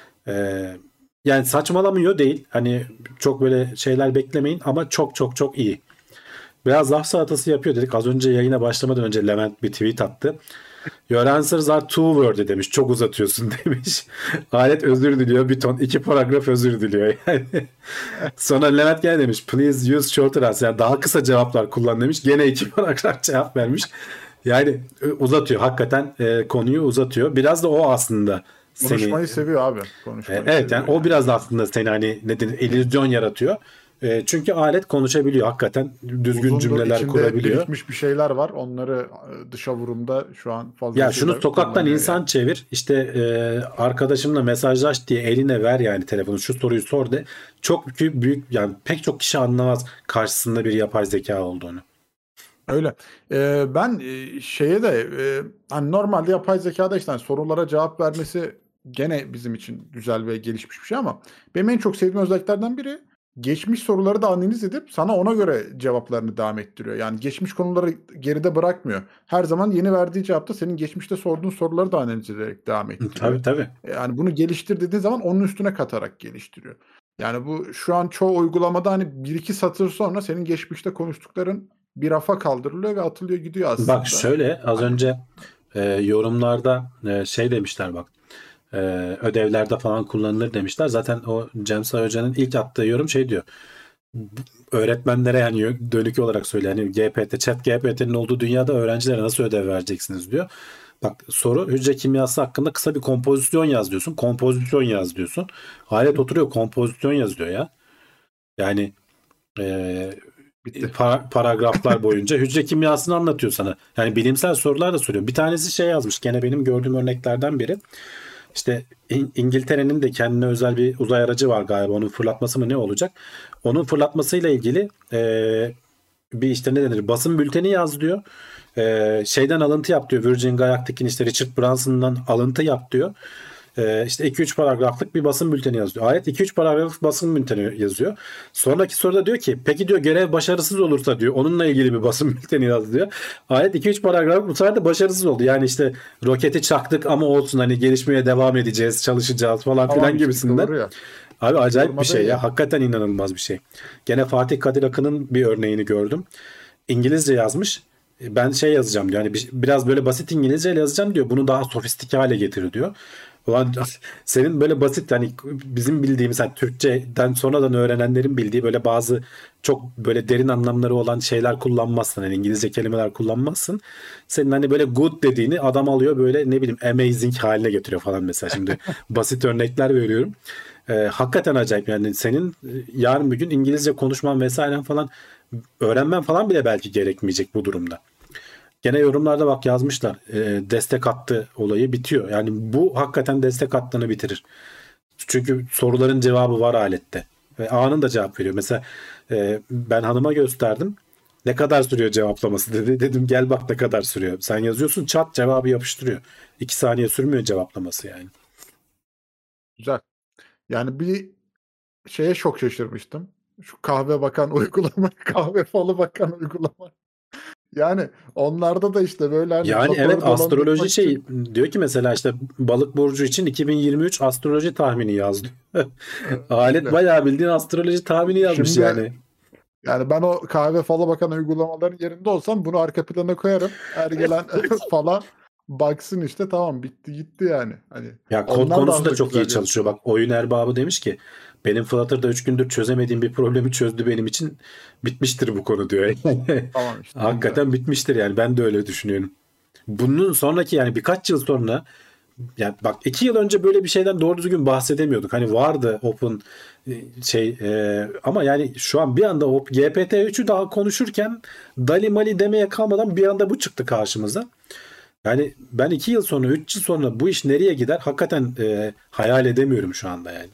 Yani saçmalamıyor değil. Hani çok böyle şeyler beklemeyin ama çok iyi. Biraz laf salatası yapıyor dedik. Az önce yayına başlamadan önce Levent bir tweet attı. Your answers are too wordy demiş. Çok uzatıyorsun demiş. Alet özür diliyor. Bir ton 2 paragraf özür diliyor. Yani. Sonra Levent gene demiş. Please use shorter answers. Yani daha kısa cevaplar kullan demiş. Gene 2 paragraf cevap vermiş. Yani uzatıyor. Hakikaten konuyu uzatıyor. Biraz da o aslında seni... Konuşmayı seviyor abi. Konuşmayı Evet seviyor. yani o biraz da aslında seni hani ne denir, illüzyon yaratıyor. Çünkü alet konuşabiliyor. Hakikaten düzgün Uzundur, cümleler içinde kurabiliyor. birikmiş bir şeyler var. Onları dışa vurumda şu an fazla Ya şunu sokaktan kullanıyor insan yani. çevir, işte arkadaşımla mesajlaş diye eline ver yani telefonu, şu soruyu sor de, çok büyük yani pek çok kişi anlamaz karşısında bir yapay zeka olduğunu. Öyle. Ben şeye de hani normalde yapay zekada işte hani sorulara cevap vermesi gene bizim için güzel ve gelişmiş bir şey ama benim en çok sevdiğim özelliklerden biri geçmiş soruları da analiz edip sana ona göre cevaplarını devam ettiriyor. Yani geçmiş konuları geride bırakmıyor. Her zaman yeni verdiği cevapta senin geçmişte sorduğun soruları da analiz ederek devam ettiriyor. Tabii. Yani bunu geliştir dediğin zaman onun üstüne katarak geliştiriyor. Yani bu şu an çoğu uygulamada hani bir iki satır sonra senin geçmişte konuştukların bir rafa kaldırılıyor ve atılıyor gidiyor aslında. Bak şöyle az önce yorumlarda şey demişler bak. Ödevlerde falan kullanılır demişler. Zaten o Cemsa Hoca'nın ilk attığı yorum şey diyor. Öğretmenlere yani dönük olarak söyle. Yani Chat GPT'nin olduğu dünyada öğrencilere nasıl ödev vereceksiniz diyor. Bak soru hücre kimyası hakkında kısa bir kompozisyon yaz diyorsun. Kompozisyon yaz diyorsun. Alet oturuyor kompozisyon yazıyor ya. Yani paragraflar boyunca hücre kimyasını anlatıyor sana. Yani bilimsel sorular da soruyor. Bir tanesi şey yazmış. Gene benim gördüğüm örneklerden biri. İşte İngiltere'nin de kendine özel bir uzay aracı var galiba. Onun fırlatması mı ne olacak? Onun fırlatmasıyla ilgili bir işte ne denir? Basın bülteni yaz diyor. Şeyden alıntı yap diyor. Virgin Galactic'in işte Richard Branson'dan alıntı yap diyor. İşte 2-3 paragraflık bir basın bülteni yazıyor. Ayet 2-3 paragraflık basın bülteni yazıyor. Sonraki soruda diyor ki peki diyor görev başarısız olursa diyor onunla ilgili bir basın bülteni yaz diyor. Ayet 2-3 paragraf bu sefer de başarısız oldu. Yani işte roketi çaktık ama olsun hani gelişmeye devam edeceğiz, çalışacağız falan filan gibisinden. Abi acayip bir şey ya. Hakikaten inanılmaz bir şey. Gene Fatih Kadir Akın'ın bir örneğini gördüm. İngilizce yazmış. Ben şey yazacağım diyor. Yani biraz böyle basit İngilizceyle yazacağım diyor. Bunu daha sofistike hale getir diyor. Ulan senin böyle basit hani bizim bildiğimiz hani Türkçeden sonradan öğrenenlerin bildiği böyle bazı çok böyle derin anlamları olan şeyler kullanmazsın. Yani İngilizce kelimeler kullanmazsın. Senin hani böyle good dediğini adam alıyor böyle ne bileyim amazing haline getiriyor falan mesela. Şimdi basit örnekler veriyorum. Hakikaten acayip yani senin yarın bir gün İngilizce konuşman vesaire falan öğrenmen falan bile belki gerekmeyecek bu durumda. Gene yorumlarda bak yazmışlar. Destek hattı olayı bitiyor. Yani bu hakikaten destek hattını bitirir. Çünkü soruların cevabı var alette. Ve anında cevap veriyor. Mesela ben hanıma gösterdim. Ne kadar sürüyor cevaplaması dedi. Dedim gel bak ne kadar sürüyor. Sen yazıyorsun çat cevabı yapıştırıyor. 2 saniye sürmüyor cevaplaması yani. Güzel. Yani bir şeye çok şaşırmıştım. Şu kahve bakan uygulama, kahve falı bakan uygulama. Yani onlarda da işte böyle hani yani motor evet astroloji dolandırmak şey için diyor ki mesela işte balık burcu için 2023 astroloji tahmini yazdı. Alet öyle. bayağı bildiğin astroloji tahmini yazmış Şimdi yani. yani ben o kahve falı bakan uygulamaların yerinde olsam bunu arka plana koyarım. Her gelen falan baksın işte tamam bitti gitti yani. Hani Ya kod onlar da konusu da aslında çok iyi güzel çalışıyor. yapıyorlar. Bak oyun erbabı demiş ki benim Flutter'da 3 gündür çözemediğim bir problemi çözdü benim için. Bitmiştir bu konu diyor. Tamam işte ne güzel. Hakikaten bitmiştir yani ben de öyle düşünüyorum. Bunun sonraki yani birkaç yıl sonra yani bak 2 yıl önce böyle bir şeyden doğru düzgün bahsedemiyorduk. Hani vardı open ama yani şu an bir anda o GPT-3'ü daha konuşurken Dali Mali demeye kalmadan bir anda bu çıktı karşımıza. Yani ben 2 yıl sonra 3 yıl sonra bu iş nereye gider hakikaten hayal edemiyorum şu anda yani.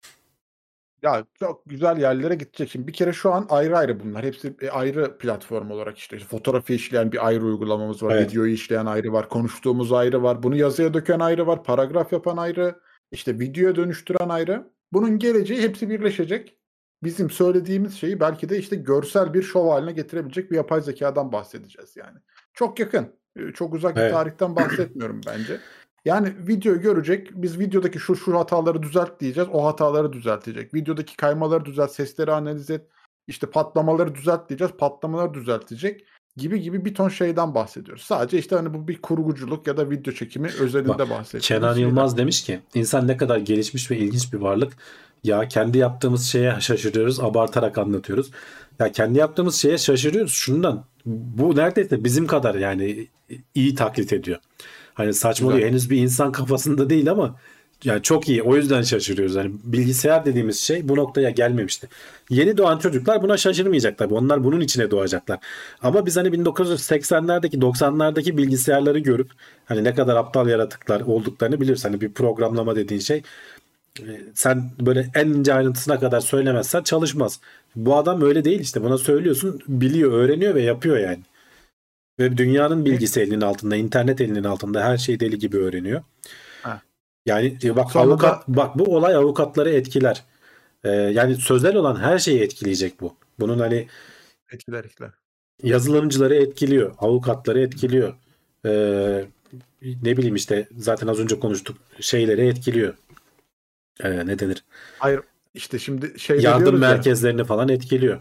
Ya çok güzel yerlere gidecek. Şimdi bir kere şu an ayrı ayrı bunlar. Hepsi ayrı platform olarak işte fotoğrafı işleyen bir ayrı uygulamamız var. Evet. Videoyu işleyen ayrı var. Konuştuğumuz ayrı var. Bunu yazıya döken ayrı var. Paragraf yapan ayrı. İşte videoya dönüştüren ayrı. Bunun geleceği hepsi birleşecek. Bizim söylediğimiz şeyi belki de işte görsel bir şov haline getirebilecek bir yapay zekadan bahsedeceğiz yani. Çok yakın. Çok uzak bir Evet. tarihten bahsetmiyorum bence. Yani video görecek. Biz videodaki şu hataları düzelt diyeceğiz. O hataları düzeltecek. Videodaki kaymaları düzelt, sesleri analiz et. İşte patlamaları düzelt diyeceğiz. Patlamaları düzeltecek gibi bir ton şeyden bahsediyoruz. Sadece işte hani bu bir kurguculuk ya da video çekimi özelinde Bak, bahsettiğimiz Kenan şeyler. Yılmaz demiş ki insan ne kadar gelişmiş ve ilginç bir varlık. Ya kendi yaptığımız şeye şaşırıyoruz, abartarak anlatıyoruz. Ya kendi yaptığımız şeye şaşırıyoruz şundan. Bu neredeyse bizim kadar yani iyi taklit ediyor. Hani saçmalıyor. Güzel. Henüz bir insan kafasında değil ama yani çok iyi. O yüzden şaşırıyoruz. Yani bilgisayar dediğimiz şey bu noktaya gelmemişti. Yeni doğan çocuklar buna şaşırmayacak tabii. Onlar bunun içine doğacaklar. Ama biz hani 1980'lerdeki 90'lardaki bilgisayarları görüp hani ne kadar aptal yaratıklar olduklarını biliriz. Hani bir programlama dediğin şey sen böyle en ince ayrıntısına kadar söylemezsen çalışmaz. Bu adam öyle değil işte. Buna söylüyorsun, biliyor, öğreniyor ve yapıyor yani. Ve dünyanın bilgisi elinin altında, internet elinin altında her şeyi deli gibi öğreniyor. Ha. Yani bak Sonra da bu olay avukatları etkiler. Yani sözel olan her şeyi etkileyecek bu. Bunun hani Etkiler. yazılımcıları etkiliyor, avukatları etkiliyor. Ne bileyim işte zaten az önce konuştuk, şeyleri etkiliyor. Ne denir? Hayır, işte şimdi şey Yardım diyoruz ya. merkezlerini falan etkiliyor.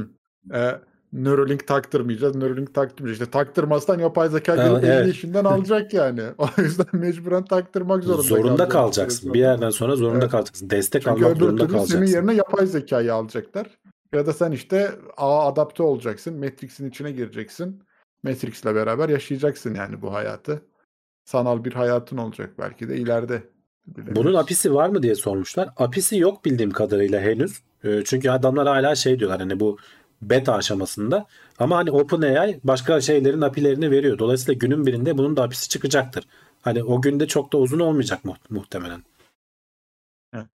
Neuralink taktırmayacağız. Neuralink taktırmayacağız. İşte taktırmazsan yapay zeka gelip evet. elini işinden alacak yani. O yüzden mecburen taktırmak Zorunda kalacaksın. Bir yerden sonra zorunda Evet. kalacaksın. Destek Çünkü almak öbür zorunda türlü senin kalacaksın. yerine yapay zekayı alacaklar. Ya da sen işte adapte olacaksın. Matrix'in içine gireceksin. Matrix'le beraber yaşayacaksın yani bu hayatı. Sanal bir hayatın olacak belki de ileride. Bunun Bilemiyoruz. API'si var mı diye sormuşlar. API'si yok bildiğim kadarıyla henüz. Çünkü adamlar hala şey diyorlar hani bu beta aşamasında. Ama hani OpenAI başka şeylerin API'lerini veriyor. Dolayısıyla günün birinde bunun da API'si çıkacaktır. Hani o günde çok da uzun olmayacak muhtemelen. Evet.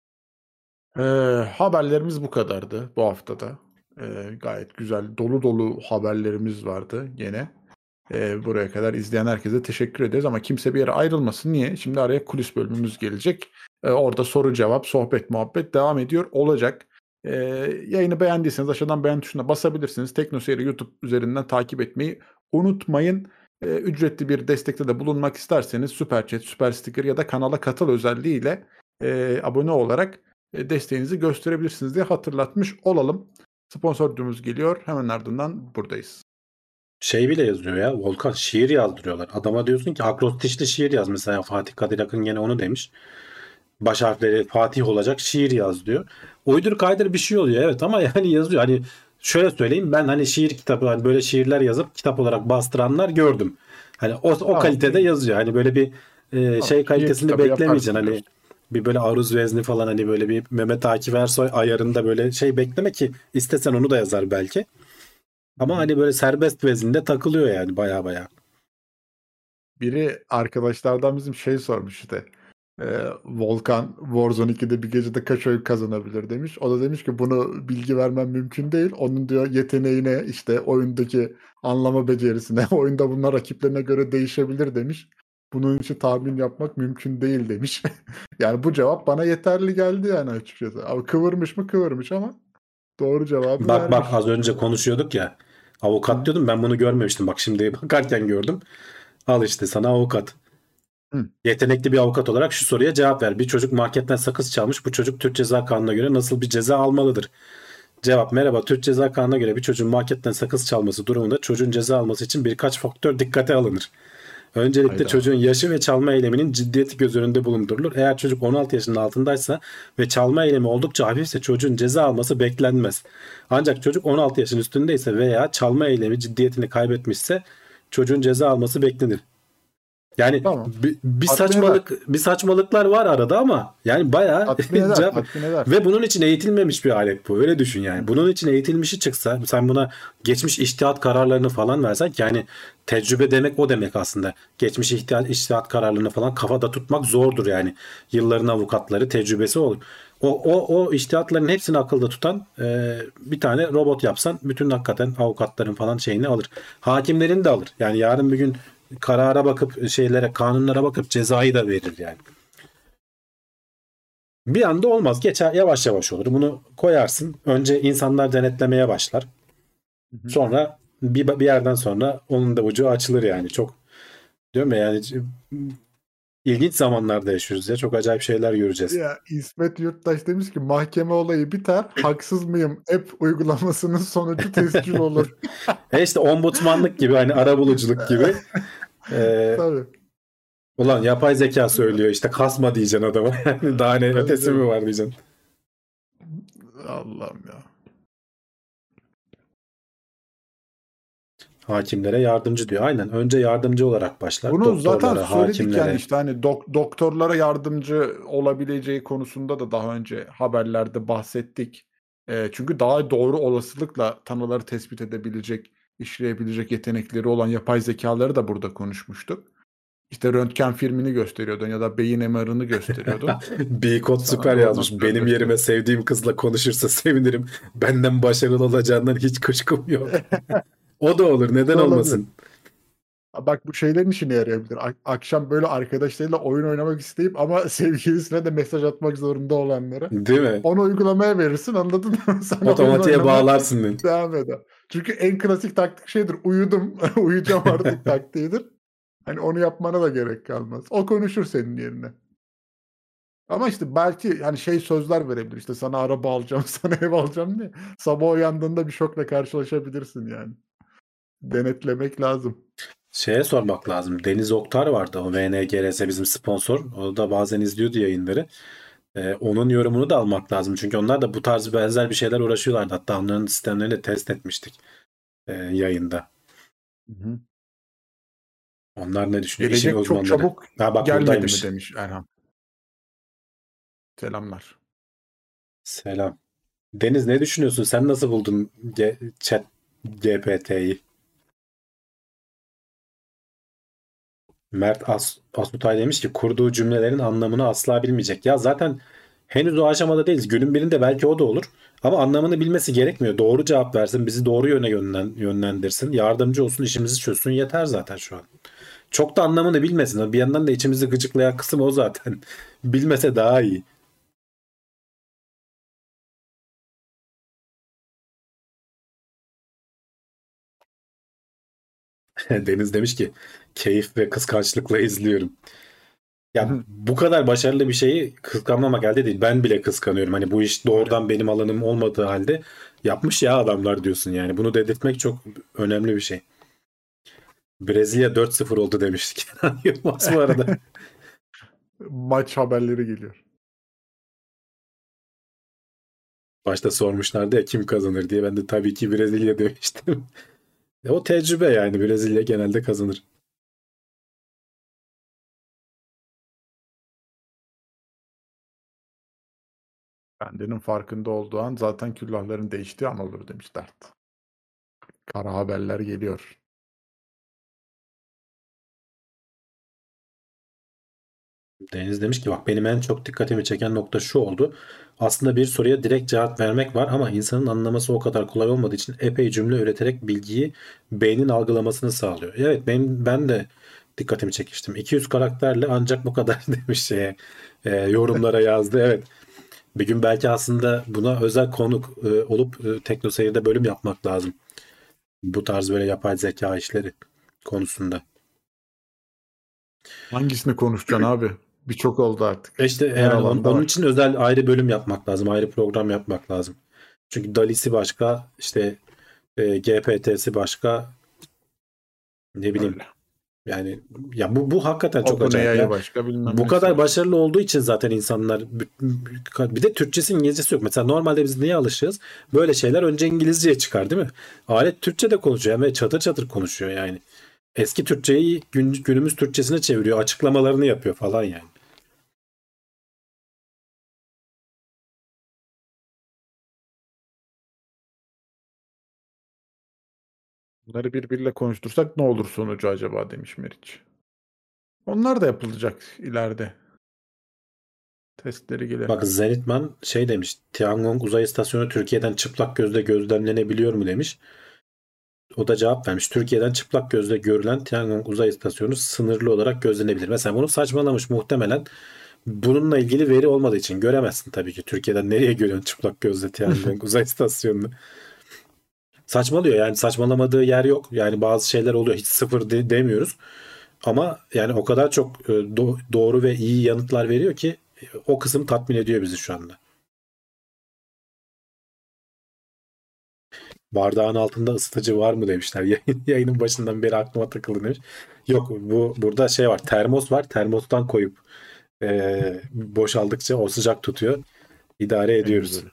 Haberlerimiz bu kadardı bu haftada. Gayet güzel, dolu dolu haberlerimiz vardı gene. Buraya kadar izleyen herkese teşekkür ederiz ama kimse bir yere ayrılmasın. Niye? Şimdi araya kulis bölümümüz gelecek. Orada soru cevap, sohbet, muhabbet devam ediyor olacak. Yayını beğendiyseniz aşağıdan beğen tuşuna basabilirsiniz. TeknoSeyir'i YouTube üzerinden takip etmeyi unutmayın. Ücretli bir destekte de bulunmak isterseniz Süper Chat, Süper Sticker ya da kanala katıl özelliğiyle abone olarak desteğinizi gösterebilirsiniz diye hatırlatmış olalım. Sponsor videomuz geliyor. Hemen ardından buradayız. Şey bile yazıyor ya, Volkan, şiir yazdırıyorlar. Adama diyorsun ki akrostişli şiir yaz, mesela Fatih Kadir Akın gene onu demiş. Baş harfleri Fatih olacak şiir yaz diyor. Uydur kaydır bir şey oluyor evet, ama yani yazıyor. Hani şöyle söyleyeyim, ben hani şiir kitabı, hani böyle şiirler yazıp kitap olarak bastıranlar gördüm. Hani o Tamam, kalitede yazıyor. Hani böyle bir tamam. şey Şiir kalitesini kitabı beklemeyeceksin. yaparsın Hani diyorsun. bir böyle aruz vezni falan, hani böyle bir Mehmet Akif Ersoy ayarında böyle şey bekleme, ki istesen onu da yazar belki. Ama hani böyle serbest vezinde takılıyor yani, baya baya. Biri arkadaşlardan bizim şey sormuş işte. Volkan Warzone 2'de bir gecede kaç oyun kazanabilir demiş. O da demiş ki bunu bilgi vermem mümkün değil. Onun diyor yeteneğine, işte oyundaki anlama becerisine, oyunda bunlar rakiplerine göre değişebilir demiş. Bunun için tahmin yapmak mümkün değil demiş. Yani bu cevap bana yeterli geldi yani açıkçası. Ama kıvırmış mı kıvırmış ama doğru cevabı Bak vermiş. az önce konuşuyorduk ya. Avukat Hı, diyordum, ben bunu görmemiştim. Bak şimdi bakarken gördüm. Al işte sana avukat. hı. Yetenekli bir avukat olarak şu soruya cevap ver. Bir çocuk marketten sakız çalmış. Bu çocuk Türk Ceza Kanunu'na göre nasıl bir ceza almalıdır? Cevap: merhaba. Türk Ceza Kanunu'na göre bir çocuğun marketten sakız çalması durumunda çocuğun ceza alması için birkaç faktör dikkate alınır. Öncelikle Hayda. çocuğun yaşı ve çalma eyleminin ciddiyeti göz önünde bulundurulur. Eğer çocuk 16 yaşının altındaysa ve çalma eylemi oldukça hafifse çocuğun ceza alması beklenmez. Ancak çocuk 16 yaşın üstündeyse veya çalma eylemi ciddiyetini kaybetmişse çocuğun ceza alması beklenir. Yani Tamam. bir Tatmin eder. saçmalıklar var arada, ama yani bayağı Tatmin eder. cevap. Tatmin eder. Ve bunun için eğitilmemiş bir alet bu. Öyle düşün yani. Bunun için eğitilmişi çıksa, sen buna geçmiş içtihat kararlarını falan versen, yani tecrübe demek o demek aslında. Geçmiş içtihat kararlarını falan kafada tutmak zordur yani. Yılların avukatları, tecrübesi olur. O içtihatların hepsini akılda tutan bir tane robot yapsan, bütün hakikaten avukatların falan şeyini alır. Hakimlerin de alır. Yani yarın bir gün karara bakıp, şeylere, kanunlara bakıp cezayı da verir yani. Bir anda olmaz. Geçer, yavaş yavaş olur. Bunu koyarsın. Önce insanlar denetlemeye başlar. Sonra bir yerden sonra onun da ucu açılır yani. Çok diyorum ya yani, ilginç zamanlarda yaşıyoruz ya. Çok acayip şeyler göreceğiz. Ya İsmet Yurttaş demiş ki mahkeme olayı biter. Haksız mıyım? App uygulamasının sonucu tescil olur. İşte ombudsmanlık gibi, hani arabuluculuk gibi. Tabii. Ulan yapay zeka söylüyor işte, kasma diyeceksin adama. Daha ne Tabii, ötesi tabii. mi var diyeceksin. Allah'ım ya. Hakimlere yardımcı diyor. Aynen. Önce yardımcı olarak başlar. Bunu zaten Doktorlara, söyledik hakimlere. yani işte hani doktorlara yardımcı olabileceği konusunda da daha önce haberlerde bahsettik. Çünkü daha doğru olasılıkla tanıları tespit edebilecek, işleyebilecek yetenekleri olan yapay zekaları da burada konuşmuştuk. İşte röntgen filmini gösteriyordun ya da beyin MR'ını gösteriyordun. B-Kod Sana süper doğru yazmış. noktaları Benim yerime gösteriyor. sevdiğim kızla konuşursa sevinirim. Benden başarılı olacağından hiç kuşkum yok. O da olur. Neden Da olabilir. olmasın? Bak bu şeylerin işine yarayabilir. Akşam böyle arkadaşlarıyla oyun oynamak isteyip ama sevgilisine de mesaj atmak zorunda olanlara. Değil mi? Onu uygulamaya verirsin, anladın mı? Sana oyun Otomatiğe oynamaya bağlarsın beni. devam eder. Çünkü en klasik taktik şeydir. Uyudum. Uyuyacağım artık taktiğidir. Hani onu yapmana da gerek kalmaz. O konuşur senin yerine. Ama işte belki hani şey sözler verebilir. İşte sana araba alacağım, sana ev alacağım diye. Sabah uyandığında bir şokla karşılaşabilirsin yani. Denetlemek lazım. Şeye sormak lazım. Deniz Oktar vardı. O VNGRS bizim sponsor. O da bazen izliyordu yayınları. Onun yorumunu da almak lazım. Çünkü onlar da bu tarz benzer bir şeyler uğraşıyorlardı. Hatta onların sistemlerini de test etmiştik yayında. Hı hı. Onlar ne düşünüyor? İşin Gelecek çok uzmanları. çabuk Ha bak gelmedi mi buradaymış. demiş Erhan. Selamlar. Selam. Deniz ne düşünüyorsun? Sen nasıl buldun Chat GPT'yi? Mert Asutay demiş ki kurduğu cümlelerin anlamını asla bilmeyecek. Ya zaten henüz o aşamada değiliz. Günün birinde belki o da olur. Ama anlamını bilmesi gerekmiyor. Doğru cevap versin, bizi doğru yöne yönlendirsin, yardımcı olsun, işimizi çözsün yeter zaten şu an. Çok da anlamını bilmesin. Bir yandan da içimizi gıcıklayan kısım o zaten. Bilmese daha iyi. Deniz demiş ki keyif ve kıskançlıkla izliyorum. Ya bu kadar başarılı bir şeyi kıskanmamak elde değil. Ben bile kıskanıyorum. Hani bu iş doğrudan benim alanım olmadığı halde yapmış ya adamlar diyorsun yani. Bunu dedirtmek çok önemli bir şey. Brezilya 4-0 oldu demiştik. Yılmaz bu arada. Maç haberleri geliyor. Başta sormuşlardı ya kim kazanır diye. Ben de tabii ki Brezilya demiştim. O tecrübe yani. Brezilya genelde kazanır. Kendilerinin farkında olduğu an zaten küllahların değiştiği an olur demişler. Kara haberler geliyor. Deniz demiş ki bak benim en çok dikkatimi çeken nokta şu oldu. Aslında bir soruya direkt cevap vermek var ama insanın anlaması o kadar kolay olmadığı için epey cümle üreterek bilgiyi beynin algılamasını sağlıyor. Evet ben de dikkatimi çekmiştim. 200 karakterle ancak bu kadar demiş yorumlara yazdı. Evet bir gün belki aslında buna özel konuk olup Tekno Seyir'de bölüm yapmak lazım. Bu tarz böyle yapay zeka işleri konusunda. Hangisini konuşacaksın abi? Birçok oldu artık. İşte Her yani alanda onun var. için özel ayrı bölüm yapmak lazım. Ayrı program yapmak lazım. Çünkü DALL-E'si başka, işte GPT'si başka, ne bileyim. Öyle. Yani ya bu hakikaten çok acayip OpenAI'ye ya. başka bilmem Bu nesi kadar başka. başarılı olduğu için zaten insanlar bir de Türkçesi İngilizcesi yok. Mesela normalde biz niye alışığız? Böyle şeyler önce İngilizceye çıkar değil mi? Alet Türkçe de konuşuyor ve çatır çatır konuşuyor yani. Eski Türkçeyi günümüz Türkçesine çeviriyor, açıklamalarını yapıyor falan yani. Bunları birbiriyle konuştursak ne olur sonucu acaba demiş Meriç. Onlar da yapılacak ileride. Testleri gelir. Bak Zenitman şey demiş. Tiangong uzay istasyonu Türkiye'den çıplak gözle gözlemlenebiliyor mu demiş. O da cevap vermiş. Türkiye'den çıplak gözle görülen Tiangong uzay istasyonu sınırlı olarak gözlenebilir. Mesela bunu saçmalamış muhtemelen. Bununla ilgili veri olmadığı için göremezsin tabii ki. Türkiye'den nereye görüyorsun çıplak gözle Tiangong uzay istasyonunu? Saçmalıyor yani saçmalamadığı yer yok. Yani bazı şeyler oluyor. Hiç sıfır demiyoruz. Ama yani o kadar çok doğru ve iyi yanıtlar veriyor ki o kısım tatmin ediyor bizi şu anda. Bardağın altında ısıtıcı var mı demişler. Yayının başından beri aklıma takıldı demiş. Yok burada şey var, termos var. Termostan koyup boşaldıkça o sıcak tutuyor. İdare En ediyoruz. güzeli.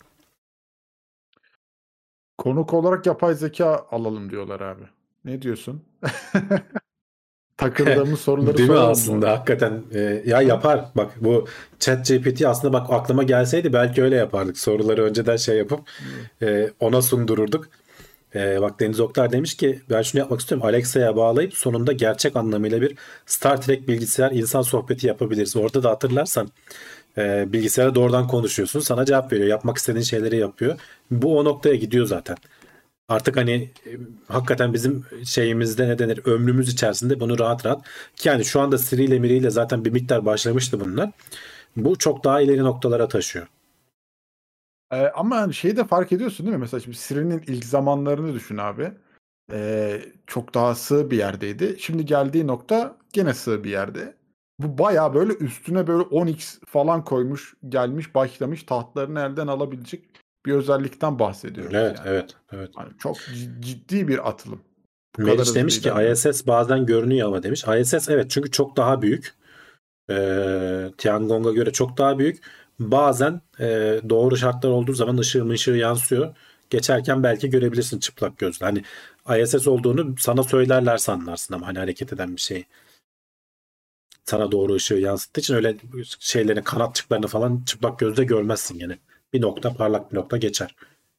Konuk olarak yapay zeka alalım diyorlar abi. Ne diyorsun? Takıldığımız soruları Değil mi soralım mı aslında ona? hakikaten ya yapar. Bak bu ChatGPT aslında bak aklıma gelseydi belki öyle yapardık. Soruları önceden şey yapıp ona sundururduk. Bak Deniz Oktar demiş ki ben şunu yapmak istiyorum. Alexa'ya bağlayıp sonunda gerçek anlamıyla bir Star Trek bilgisayar insan sohbeti yapabiliriz. Orada da hatırlarsan bilgisayara doğrudan konuşuyorsun. Sana cevap veriyor. Yapmak istediğin şeyleri yapıyor. Bu o noktaya gidiyor zaten. Artık hani hakikaten bizim şeyimizde ne denir ömrümüz içerisinde bunu rahat rahat ki yani şu anda Siri ile Miri ile zaten bir miktar başlamıştı bunlar. Bu çok daha ileri noktalara taşıyor. Ama hani şeyi de fark ediyorsun değil mi? Mesela şimdi Siri'nin ilk zamanlarını düşün abi. Çok daha sığ bir yerdeydi. Şimdi geldiği nokta gene sığ bir yerde. Bu bayağı böyle üstüne böyle 10x falan koymuş, gelmiş, başlamış tahtlarını elden alabilecek bir özellikten bahsediyoruz Evet, yani. evet, evet. Hani çok ciddi bir atılım. Bu kadar Meriç hızlı demiş ki ilerliyor. ISS bazen görünüyor ama demiş. ISS evet çünkü çok daha büyük. Tiangong'a göre çok daha büyük. Bazen doğru şartlar olduğu zaman ışığı yansıyor. Geçerken belki görebilirsin çıplak gözle. Hani ISS olduğunu sana söylerler anlarsın ama hani hareket eden bir şey. Sana doğru ışığı yansıttığı için öyle şeylerin kanatçıklarını falan çıplak gözle görmezsin gene. Bir nokta parlak bir nokta geçer.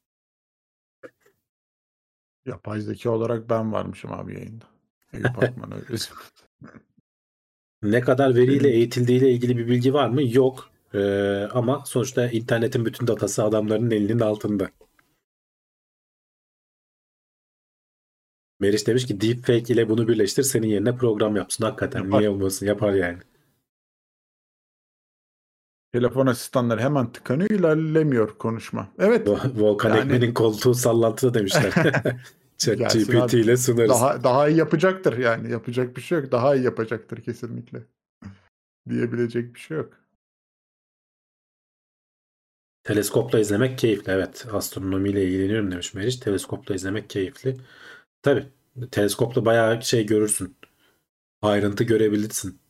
Yapay zeka olarak ben varmışım abi yayında. Eyüp Akman öyle. Ne kadar veriyle Benim eğitildiğiyle ilgili bir bilgi var mı? Yok. Ama sonuçta internetin bütün datası adamların elinin altında. Meriç demiş ki deepfake ile bunu birleştir senin yerine program yapsın. Hakikaten yapar. niye olmasın yapar yani. Telefon asistanları hemen tıkanıyor, ilerlemiyor konuşma. Evet. Volkan Yani Ekmen'in koltuğu sallantıda demişler. gelsin ChatGPT abi. ile sınırız. Daha iyi yapacaktır yani. Yapacak bir şey yok. Daha iyi yapacaktır kesinlikle. Diyebilecek bir şey yok. Teleskopla izlemek keyifli. Evet. Astronomiyle ilgileniyorum demiş Meriç. Teleskopla izlemek keyifli. Tabii. Teleskopla bayağı şey görürsün. Ayrıntı görebilirsin.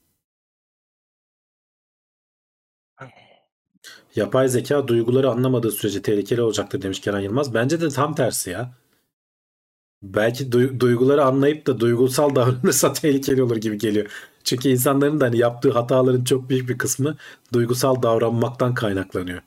Yapay zeka duyguları anlamadığı sürece tehlikeli olacaktır demiş Kenan Yılmaz. Bence de tam tersi ya. Belki duyguları anlayıp da duygusal davranırsa tehlikeli olur gibi geliyor. Çünkü insanların da hani yaptığı hataların çok büyük bir kısmı duygusal davranmaktan kaynaklanıyor.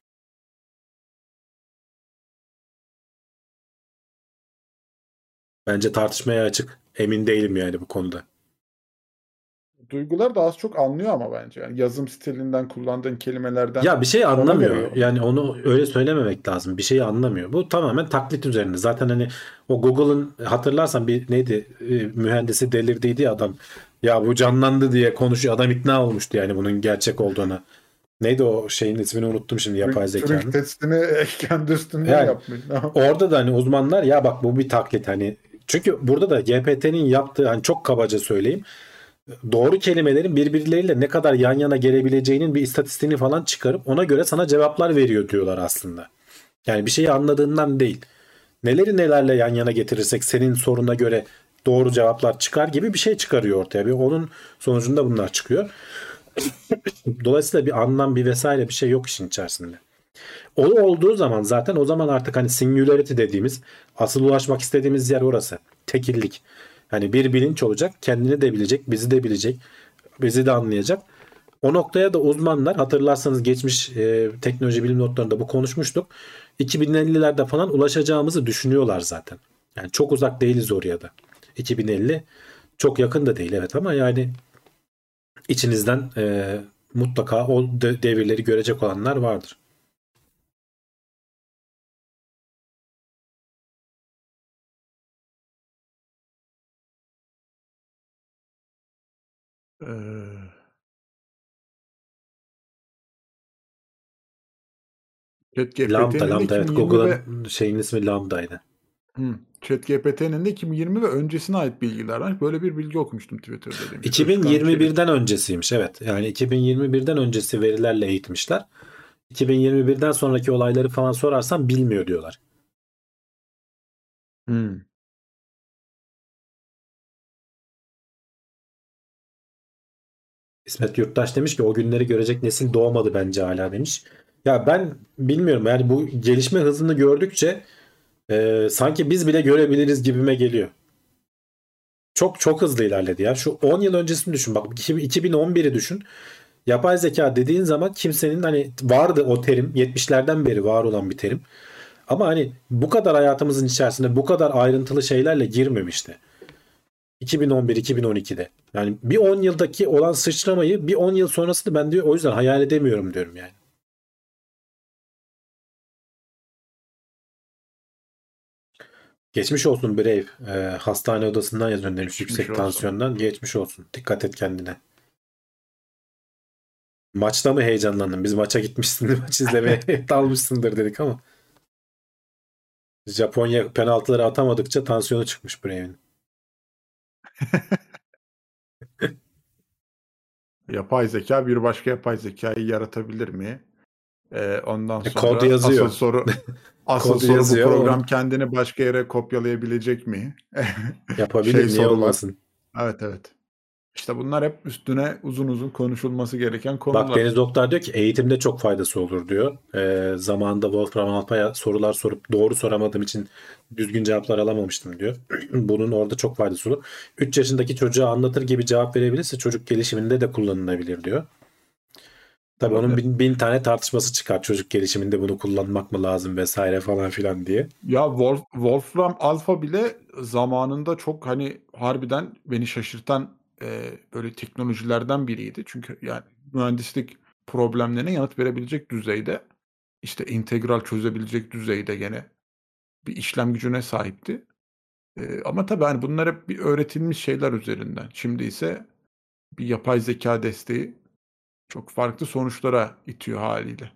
Bence tartışmaya açık. Emin değilim yani bu konuda. Duygular da az çok anlıyor ama bence. Yani yazım stilinden, kullandığın kelimelerden Ya bir şey ona göre anlamıyor. yorumluyor. Yani onu öyle söylememek lazım. Bir şeyi anlamıyor. Bu tamamen taklit üzerine. Zaten hani o Google'ın hatırlarsan bir neydi mühendisi delirdiydi ya adam. Ya bu canlandı diye konuşuyor. Adam ikna olmuştu yani bunun gerçek olduğuna. Neydi o şeyin ismini unuttum şimdi yapay Turing zekanın. testini kendi üstünde mi Yani yapmış? orada da hani uzmanlar ya bak bu bir taklit hani çünkü burada da GPT'nin yaptığı hani çok kabaca söyleyeyim doğru kelimelerin birbirleriyle ne kadar yan yana gelebileceğinin bir istatistiğini falan çıkarıp ona göre sana cevaplar veriyor diyorlar aslında. Yani bir şeyi anladığından değil. Neleri nelerle yan yana getirirsek senin soruna göre doğru cevaplar çıkar gibi bir şey çıkarıyor ortaya. Bir onun sonucunda bunlar çıkıyor. Dolayısıyla bir anlam bir vesaire bir şey yok işin içerisinde. O olduğu zaman zaten o zaman artık hani singularity dediğimiz asıl ulaşmak istediğimiz yer orası. Tekillik. Hani bir bilinç olacak, kendini de bilecek, bizi de bilecek, bizi de anlayacak. O noktaya da uzmanlar hatırlarsanız geçmiş teknoloji bilim notlarında bu konuşmuştuk. 2050'lerde falan ulaşacağımızı düşünüyorlar zaten. Yani çok uzak değiliz oraya da. 2050 çok yakın da değil evet ama yani içinizden mutlaka o devirleri görecek olanlar vardır. Ee, Lambda ChatGPT'nin de Lambda evet 2020 ve Google'ın şeyin ismi Lambda'ydı. ChatGPT'nin de 2020 ve öncesine ait bilgiler var. Böyle bir bilgi okumuştum Twitter'da demiş. Özkan Çelik. 2021'den öncesiymiş evet. Yani 2021'den öncesi verilerle eğitmişler. 2021'den sonraki olayları falan sorarsan bilmiyor diyorlar. Hmm. İsmet Yurttaş demiş ki o günleri görecek nesil doğmadı bence hala demiş. Ya ben bilmiyorum yani bu gelişme hızını gördükçe sanki biz bile görebiliriz gibime geliyor. Çok çok hızlı ilerledi ya. Şu 10 yıl öncesini düşün. Bak 2011'i düşün. Yapay zeka dediğin zaman kimsenin hani vardı o terim 70'lerden beri var olan bir terim. Ama hani bu kadar hayatımızın içerisinde bu kadar ayrıntılı şeylerle girmemişti. 2011-2012'de. Yani bir 10 yıldaki olan sıçramayı bir 10 yıl sonrasını ben diyor o yüzden hayal edemiyorum diyorum yani. Geçmiş olsun Brave. Hastane odasından yazıyorum demiş Geçmiş yüksek olsun. tansiyondan. Geçmiş olsun. Dikkat et kendine. Maçta mı heyecanlandın? Biz maça gitmişsin, maç izlemeye dalmışsındır dedik ama. Japonya penaltıları atamadıkça tansiyonu çıkmış Brave'in. Yapay zeka bir başka yapay zekayı yaratabilir mi? Ondan Kod sonra yazıyor. asıl Kodu soru bu yazıyor. program kendini başka yere kopyalayabilecek mi? Yapabilir, niye Sorular. olmasın? Evet. İşte bunlar hep üstüne uzun uzun konuşulması gereken Bak konular. Deniz Doktor diyor ki eğitimde çok faydası olur diyor. Zamanında Wolfram Alpa'ya sorular sorup doğru soramadığım için düzgün cevaplar alamamıştım diyor. Bunun orada çok faydası olur. 3 yaşındaki çocuğa anlatır gibi cevap verebilirse çocuk gelişiminde de kullanılabilir diyor. Tabii onun Olabilir. bin tane tartışması çıkar. Çocuk gelişiminde bunu kullanmak mı lazım vesaire falan filan diye. Ya Wolfram Alpha bile zamanında çok hani harbiden beni şaşırtan böyle teknolojilerden biriydi. Çünkü yani mühendislik problemlerine yanıt verebilecek düzeyde, işte integral çözebilecek düzeyde gene bir işlem gücüne sahipti. Ama tabii hani bunlar hep bir öğretilmiş şeyler üzerinden. Şimdi ise bir yapay zeka desteği çok farklı sonuçlara itiyor haliyle.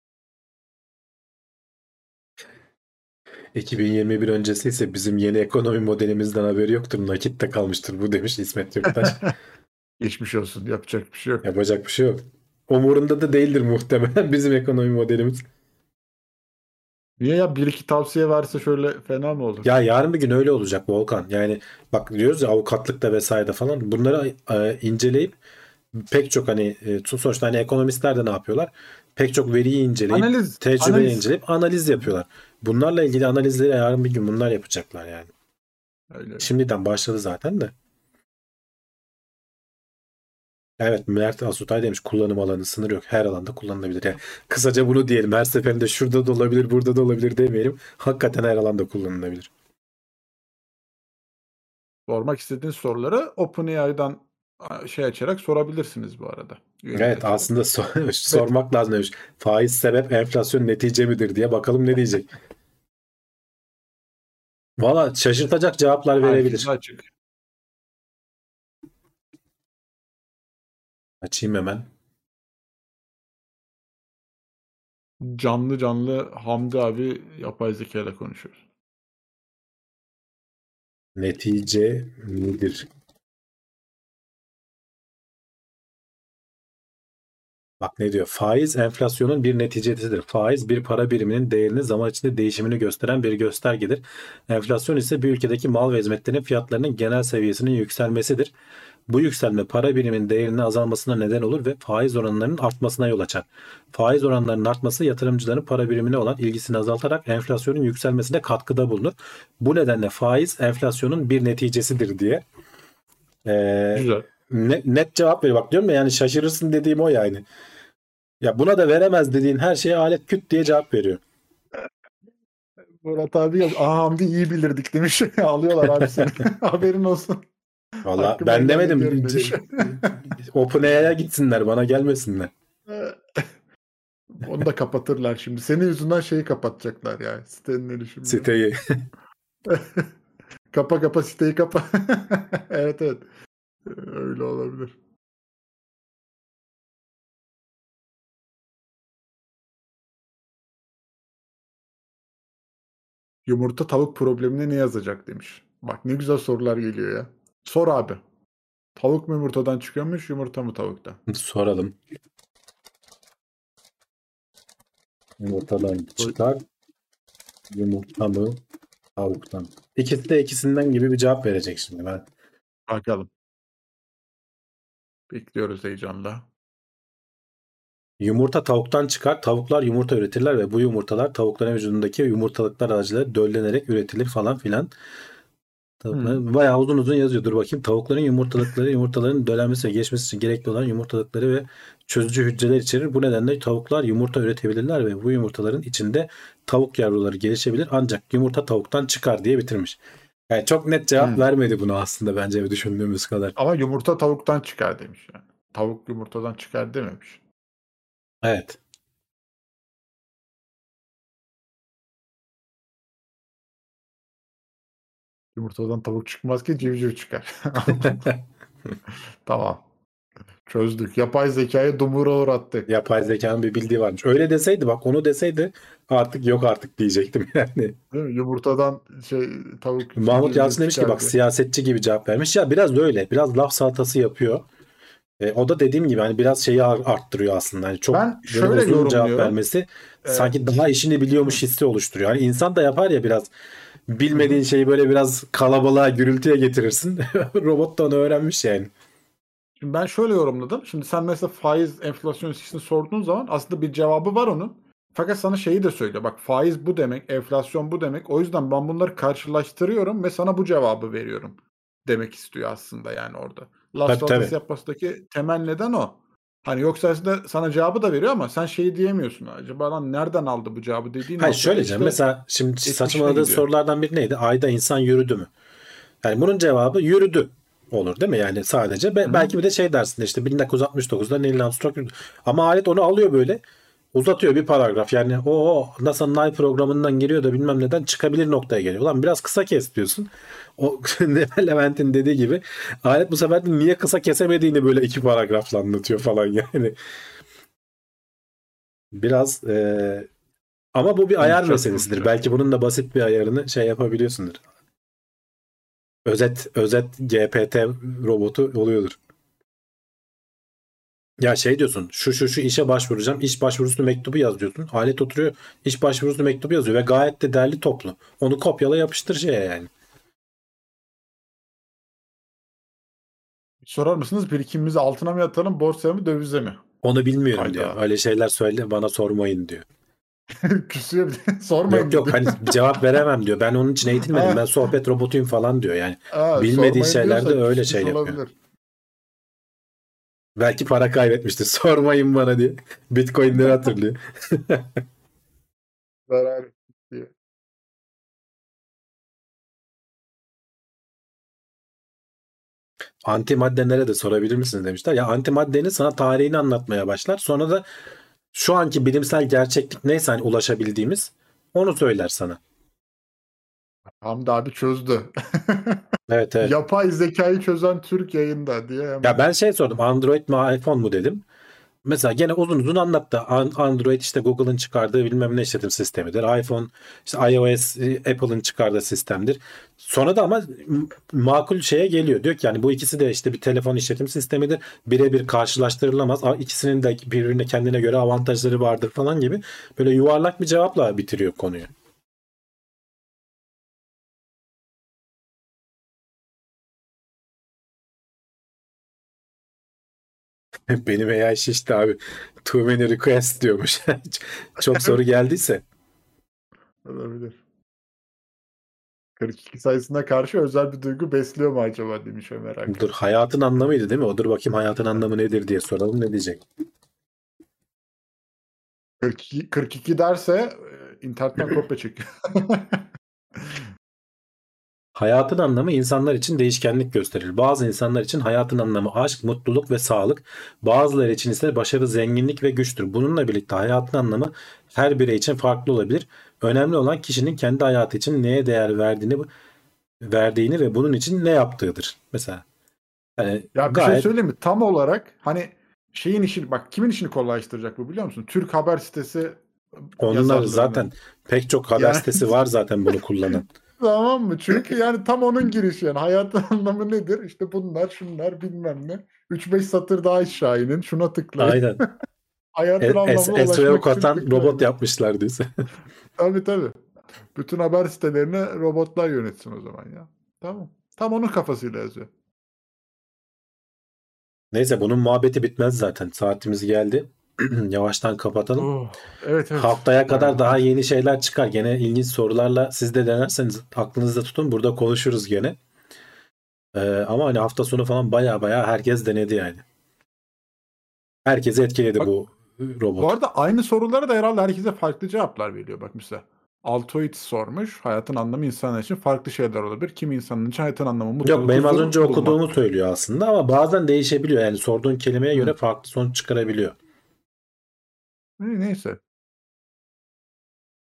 2021 öncesi ise bizim yeni ekonomi modelimizden haberi yoktur. Nakitte kalmıştır bu demiş İsmet Yurttaş. Geçmiş olsun. Yapacak bir şey yok. Yapacak bir şey yok. Umurunda da değildir muhtemelen bizim ekonomi modelimiz. Niye ya? Bir iki tavsiye verse şöyle fena mı olur? Ya yarın bir gün öyle olacak Volkan. Yani bak diyoruz ya avukatlıkta vesaire falan. Bunları inceleyip pek çok hani sonuçta hani ekonomistler de ne yapıyorlar? Pek çok veriyi inceleyip tecrübeyi Analiz. inceleyip analiz yapıyorlar. Bunlarla ilgili analizleri yarın bir gün bunlar yapacaklar yani. Öyle. Şimdiden başladı zaten de. Evet, Mert Asutay demiş kullanım alanı sınır yok. Her alanda kullanılabilir. Yani kısaca bunu diyelim. Her seferinde şurada da olabilir, burada da olabilir demeyelim. Hakikaten her alanda kullanılabilir. Sormak istediğiniz soruları OpenAI'dan şey açarak sorabilirsiniz bu arada. Üyelik Evet, açarak. aslında Ve sormak lazım demiş. Faiz sebep, enflasyon netice midir diye bakalım ne diyecek. Valla şaşırtacak cevaplar herkese verebilir. açık. Açayım hemen. Canlı canlı Hamdi abi yapay zeka ile konuşuyor. Netice midir? Bak ne diyor? Faiz enflasyonun bir neticesidir. Faiz bir para biriminin değerini zaman içinde değişimini gösteren bir göstergedir. Enflasyon ise bir ülkedeki mal ve hizmetlerin fiyatlarının genel seviyesinin yükselmesidir. Bu yükselme para biriminin değerinin azalmasına neden olur ve faiz oranlarının artmasına yol açar. Faiz oranlarının artması yatırımcıların para birimine olan ilgisini azaltarak enflasyonun yükselmesine katkıda bulunur. Bu nedenle faiz enflasyonun bir neticesidir diye Güzel. net cevap veriyor. Bak diyorum ya yani şaşırırsın dediğim o yani. Ya buna da veremez dediğin her şeye alet küt diye cevap veriyor. Murat abi Hamdi iyi bilirdik demiş. Alıyorlar abi seni. Haberin olsun. Valla Hakkımı ben helal demedim. ediyorum demiş. OpenAI'ya gitsinler bana gelmesinler. Onu da kapatırlar şimdi. Senin yüzünden şeyi kapatacaklar ya. Sitenin erişimini. Siteyi. Kapa siteyi kapa. Evet. Öyle olabilir. Yumurta tavuk problemine ne yazacak demiş. Bak ne güzel sorular geliyor ya. Sor abi. Tavuk mu yumurtadan çıkıyormuş, yumurta mı tavuktan? Soralım. Yumurtadan Oy. çıkar. Yumurta mı? Tavuktan. İkisi de ikisinden gibi bir cevap verecek şimdi. Ben Bakalım. Bekliyoruz heyecanla. yumurta tavuktan çıkar. Tavuklar yumurta üretirler ve bu yumurtalar tavukların vücudundaki yumurtalıklar aracılığıyla döllenerek üretilir falan filan. Tavuklar bayağı uzun uzun yazıyor. Dur bakayım. Tavukların yumurtalıkları yumurtaların döllenmesi ve geçmesi için gerekli olan yumurtalıkları ve çözücü hücreler içerir. Bu nedenle tavuklar yumurta üretebilirler ve bu yumurtaların içinde tavuk yavruları gelişebilir. Ancak yumurta tavuktan çıkar diye bitirmiş. Yani çok net cevap Hmm. vermedi bunu aslında bence düşündüğümüz kadar. Ama yumurta tavuktan çıkar demiş yani. Tavuk yumurtadan çıkar dememiş. Evet. Yumurtadan tavuk çıkmaz ki civciv çıkar. Tamam. Çözdük. Yapay zekayı dumura uğrattık. Yapay zekanın bir bildiği varmış. Öyle deseydi, bak onu deseydi artık yok artık diyecektim yani. Değil mi? Yumurtadan tavuk Mahmut civciv Yalçın demiş ki çıkar bak diye. siyasetçi gibi cevap vermiş. Ya biraz da öyle. Biraz laf salatası yapıyor. O da dediğim gibi hani biraz şeyi arttırıyor aslında. Hani çok Ben böyle şöyle uzun cevap yorumluyorum. vermesi sanki daha işini biliyormuş hissi oluşturuyor. Hani insan da yapar ya, biraz bilmediğin şeyi böyle biraz kalabalığa, gürültüye getirirsin. Robot da onu öğrenmiş yani. Şimdi ben şöyle yorumladım. Şimdi sen mesela faiz enflasyon ilişkisini sorduğun zaman aslında bir cevabı var onun. Fakat sana şeyi de söylüyor. Bak faiz bu demek, enflasyon bu demek. O yüzden ben bunları karşılaştırıyorum ve sana bu cevabı veriyorum demek istiyor aslında yani orada. Laf Tabii salatası tabii. yapmasındaki temel neden o. Hani yoksa aslında sana cevabı da veriyor ama sen şeyi diyemiyorsun. Acaba lan nereden aldı bu cevabı dediğin Hayır noktada şöyle canım. işte Mesela şimdi geçmişine saçmaladığı gidiyor. sorulardan biri neydi? Ayda insan yürüdü mü? Yani bunun cevabı yürüdü olur değil mi? Yani sadece belki bir de şey dersin işte 1969'da Neil Armstrong yürüdü. Ama alet onu alıyor böyle uzatıyor bir paragraf. Yani o NASA'nın Ay programından geliyor da bilmem neden çıkabilir noktaya geliyor. Ulan biraz kısa kes diyorsun. O Levent'in dediği gibi alet bu sefer de niye kısa kesemediğini böyle iki paragrafla anlatıyor falan yani. Biraz ama bu bir ayar Konuşacak meselesidir. konuşacak. Belki bunun da basit bir ayarını şey yapabiliyorsundur. Özet GPT robotu oluyordur. Ya şey diyorsun, şu işe başvuracağım. İş başvurusu mektubu yaz diyorsun. Alet oturuyor, iş başvurusu mektubu yazıyor ve gayet de derli toplu. Onu kopyala yapıştır şeye yani. Sorar mısınız birikimimizi altına mı yatıralım, borsaya mı, dövize mi? Onu bilmiyorum diyor. Hayda. Öyle şeyler söyle bana sormayın diyor. Küsüyor bir de. Sormayın Yok dedi. hani cevap veremem diyor. Ben onun için eğitilmedim. Ben Ha, sohbet robotuyum falan diyor. Yani bilmediği sormayın şeylerde diyorsa öyle küsmüş şey yapıyor. olabilir. Belki para kaybetmiştir. Sormayın bana diye. Bitcoin'leri hatırlıyor. Zarar diye. Antimaddelere de sorabilir misiniz demişler. Ya antimaddenin sana tarihini anlatmaya başlar. Sonra da şu anki bilimsel gerçeklik neyse hani ulaşabildiğimiz onu söyler sana. Hamdi abi çözdü. Evet evet. Yapay zekayı çözen Türk yayında diye Ya hemen. ben şey sordum, Android mi iPhone mu dedim. Mesela gene uzun uzun anlattı. Android işte Google'ın çıkardığı bilmem ne işletim sistemidir. iPhone işte iOS Apple'ın çıkardığı sistemdir. Sonra da ama makul şeye geliyor. Diyor ki yani bu ikisi de işte bir telefon işletim sistemidir. Birebir karşılaştırılamaz. İkisinin de birbirine kendine göre avantajları vardır falan gibi. Böyle yuvarlak bir cevapla bitiriyor konuyu. Benim AI şişti abi. Too many requests diyormuş. Çok soru geldiyse. Olabilir. 42 sayısına karşı özel bir duygu besliyor mu acaba demiş Ömer Hakan. Dur, hayatın anlamıydı değil mi? O dur bakayım hayatın anlamı nedir diye soralım, ne diyecek? 42 derse internetten kopya çekiyor. Hayatın anlamı insanlar için değişkenlik gösterir. Bazı insanlar için hayatın anlamı aşk, mutluluk ve sağlık. Bazıları için ise başarı, zenginlik ve güçtür. Bununla birlikte hayatın anlamı her birey için farklı olabilir. Önemli olan kişinin kendi hayatı için neye değer verdiğini ve bunun için ne yaptığıdır. Mesela hani Ya bir şey gayet söyleyeyim mi? Tam olarak hani şeyin işini bak kimin işini kolaylaştıracak bu biliyor musun? Türk haber sitesi onlar zaten yazarlarının. pek çok haber Yani sitesi var zaten bunu kullanan. tamam mı? Çünkü yani tam onun girişi yani. Hayatın anlamı nedir? İşte bunlar, şunlar bilmem ne. 3-5 satır daha aşağı inin. Şuna tıklayın. Aynen. Hayatın anlamına SEO ulaşmak için katan robot tıklayın. yapmışlar diyorsun. Tabii tabii. Bütün haber sitelerini robotlar yönetsin o zaman ya. Tamam. Tam onun kafasıyla yazıyor. Neyse bunun muhabbeti bitmez zaten. Saatimiz geldi. Yavaştan kapatalım. Oh, evet evet. Haftaya Bayağı kadar da daha konuştuk. yeni şeyler çıkar. Gene ilginç sorularla siz de denerseniz aklınızda tutun. Burada konuşuruz gene. Ama hani hafta sonu falan baya herkes denedi yani. Herkesi etkiledi Bak bu bu robot. arada aynı sorulara da herhalde herkese farklı cevaplar veriyor. Bak mesela Altoid sormuş. Hayatın anlamı insanlar için farklı şeyler olabilir. Kimi insanın için hayatın anlamı Yok mutluluk, benim az huzur önce okuduğumu bulmaktır. söylüyor aslında ama bazen değişebiliyor. Yani sorduğun kelimeye Hı. göre farklı sonuç çıkarabiliyor. Neyse.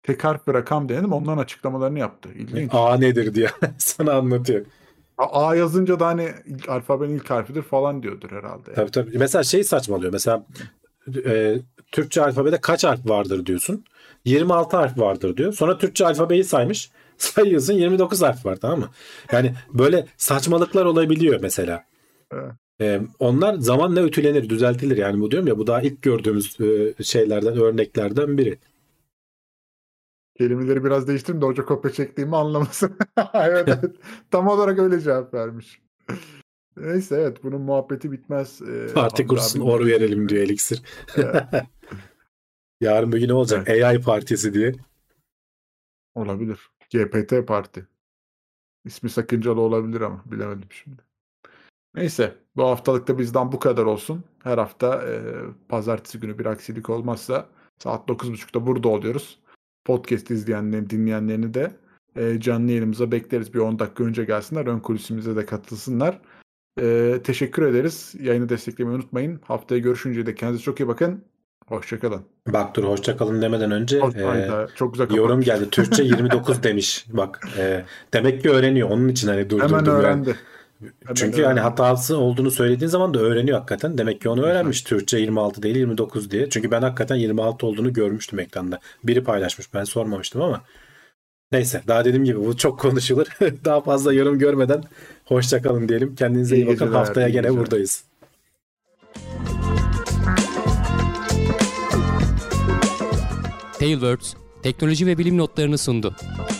tek harf bir rakam denedim. Onların açıklamalarını yaptı. İlginç. A nedir diye sana anlatıyor. A yazınca da hani alfabenin ilk harfidir falan diyordur herhalde. Tabii tabii. Mesela şey saçmalıyor. Mesela Türkçe alfabede kaç harf vardır diyorsun. 26 harf vardır diyor. Sonra Türkçe alfabeyi saymış. Sayıyorsun 29 harf var, tamam mı? Yani böyle saçmalıklar olabiliyor mesela. Evet. Onlar zamanla ütülenir, düzeltilir. Yani bu diyorum ya, bu daha ilk gördüğümüz şeylerden, örneklerden biri. Kelimeleri biraz değiştirdim de hoca kopya çektiğimi anlamasın. Evet, evet. Tam olarak öyle cevap vermiş. Neyse, evet, bunun muhabbeti bitmez. Parti Hamdi kursun, abinin or dediği verelim gibi. diyor Elixir. Evet, Yarın bir gün ne olacak? evet, AI partisi diye. olabilir. GPT Parti. İsmi sakıncalı olabilir ama bilemedim şimdi. Neyse, bu haftalıkta bizden bu kadar olsun. Her hafta pazartesi günü bir aksilik olmazsa saat 9.30'da burada oluyoruz. Podcast izleyenlerini, dinleyenlerini de canlı yayınımıza bekleriz. Bir 10 dakika önce gelsinler. Ön kulisimize de katılsınlar. Teşekkür ederiz. Yayını desteklemeyi unutmayın. Haftaya görüşünceye de kendinize çok iyi bakın. Hoşçakalın. Bak dur, hoşça kalın demeden önce Hayda, çok güzel yorum kapatmış. geldi. Türkçe 29 demiş. Bak demek ki öğreniyor. Onun için hani durdurdum. Hemen Yani. öğrendi. Hemen Çünkü hani öğrendi. hatası olduğunu söylediğin zaman da öğreniyor hakikaten. Demek ki onu Güzel. öğrenmiş. Türkçe 26 değil 29 diye. Çünkü ben hakikaten 26 olduğunu görmüştüm ekranda. Biri paylaşmış. Ben sormamıştım ama. Neyse, daha dediğim gibi bu çok konuşulur. Daha fazla yorum görmeden hoşça kalın diyelim. Kendinize iyi bakın. geceler, Haftaya iyi gene geceler. buradayız. Tailwords, teknoloji ve bilim notlarını sundu.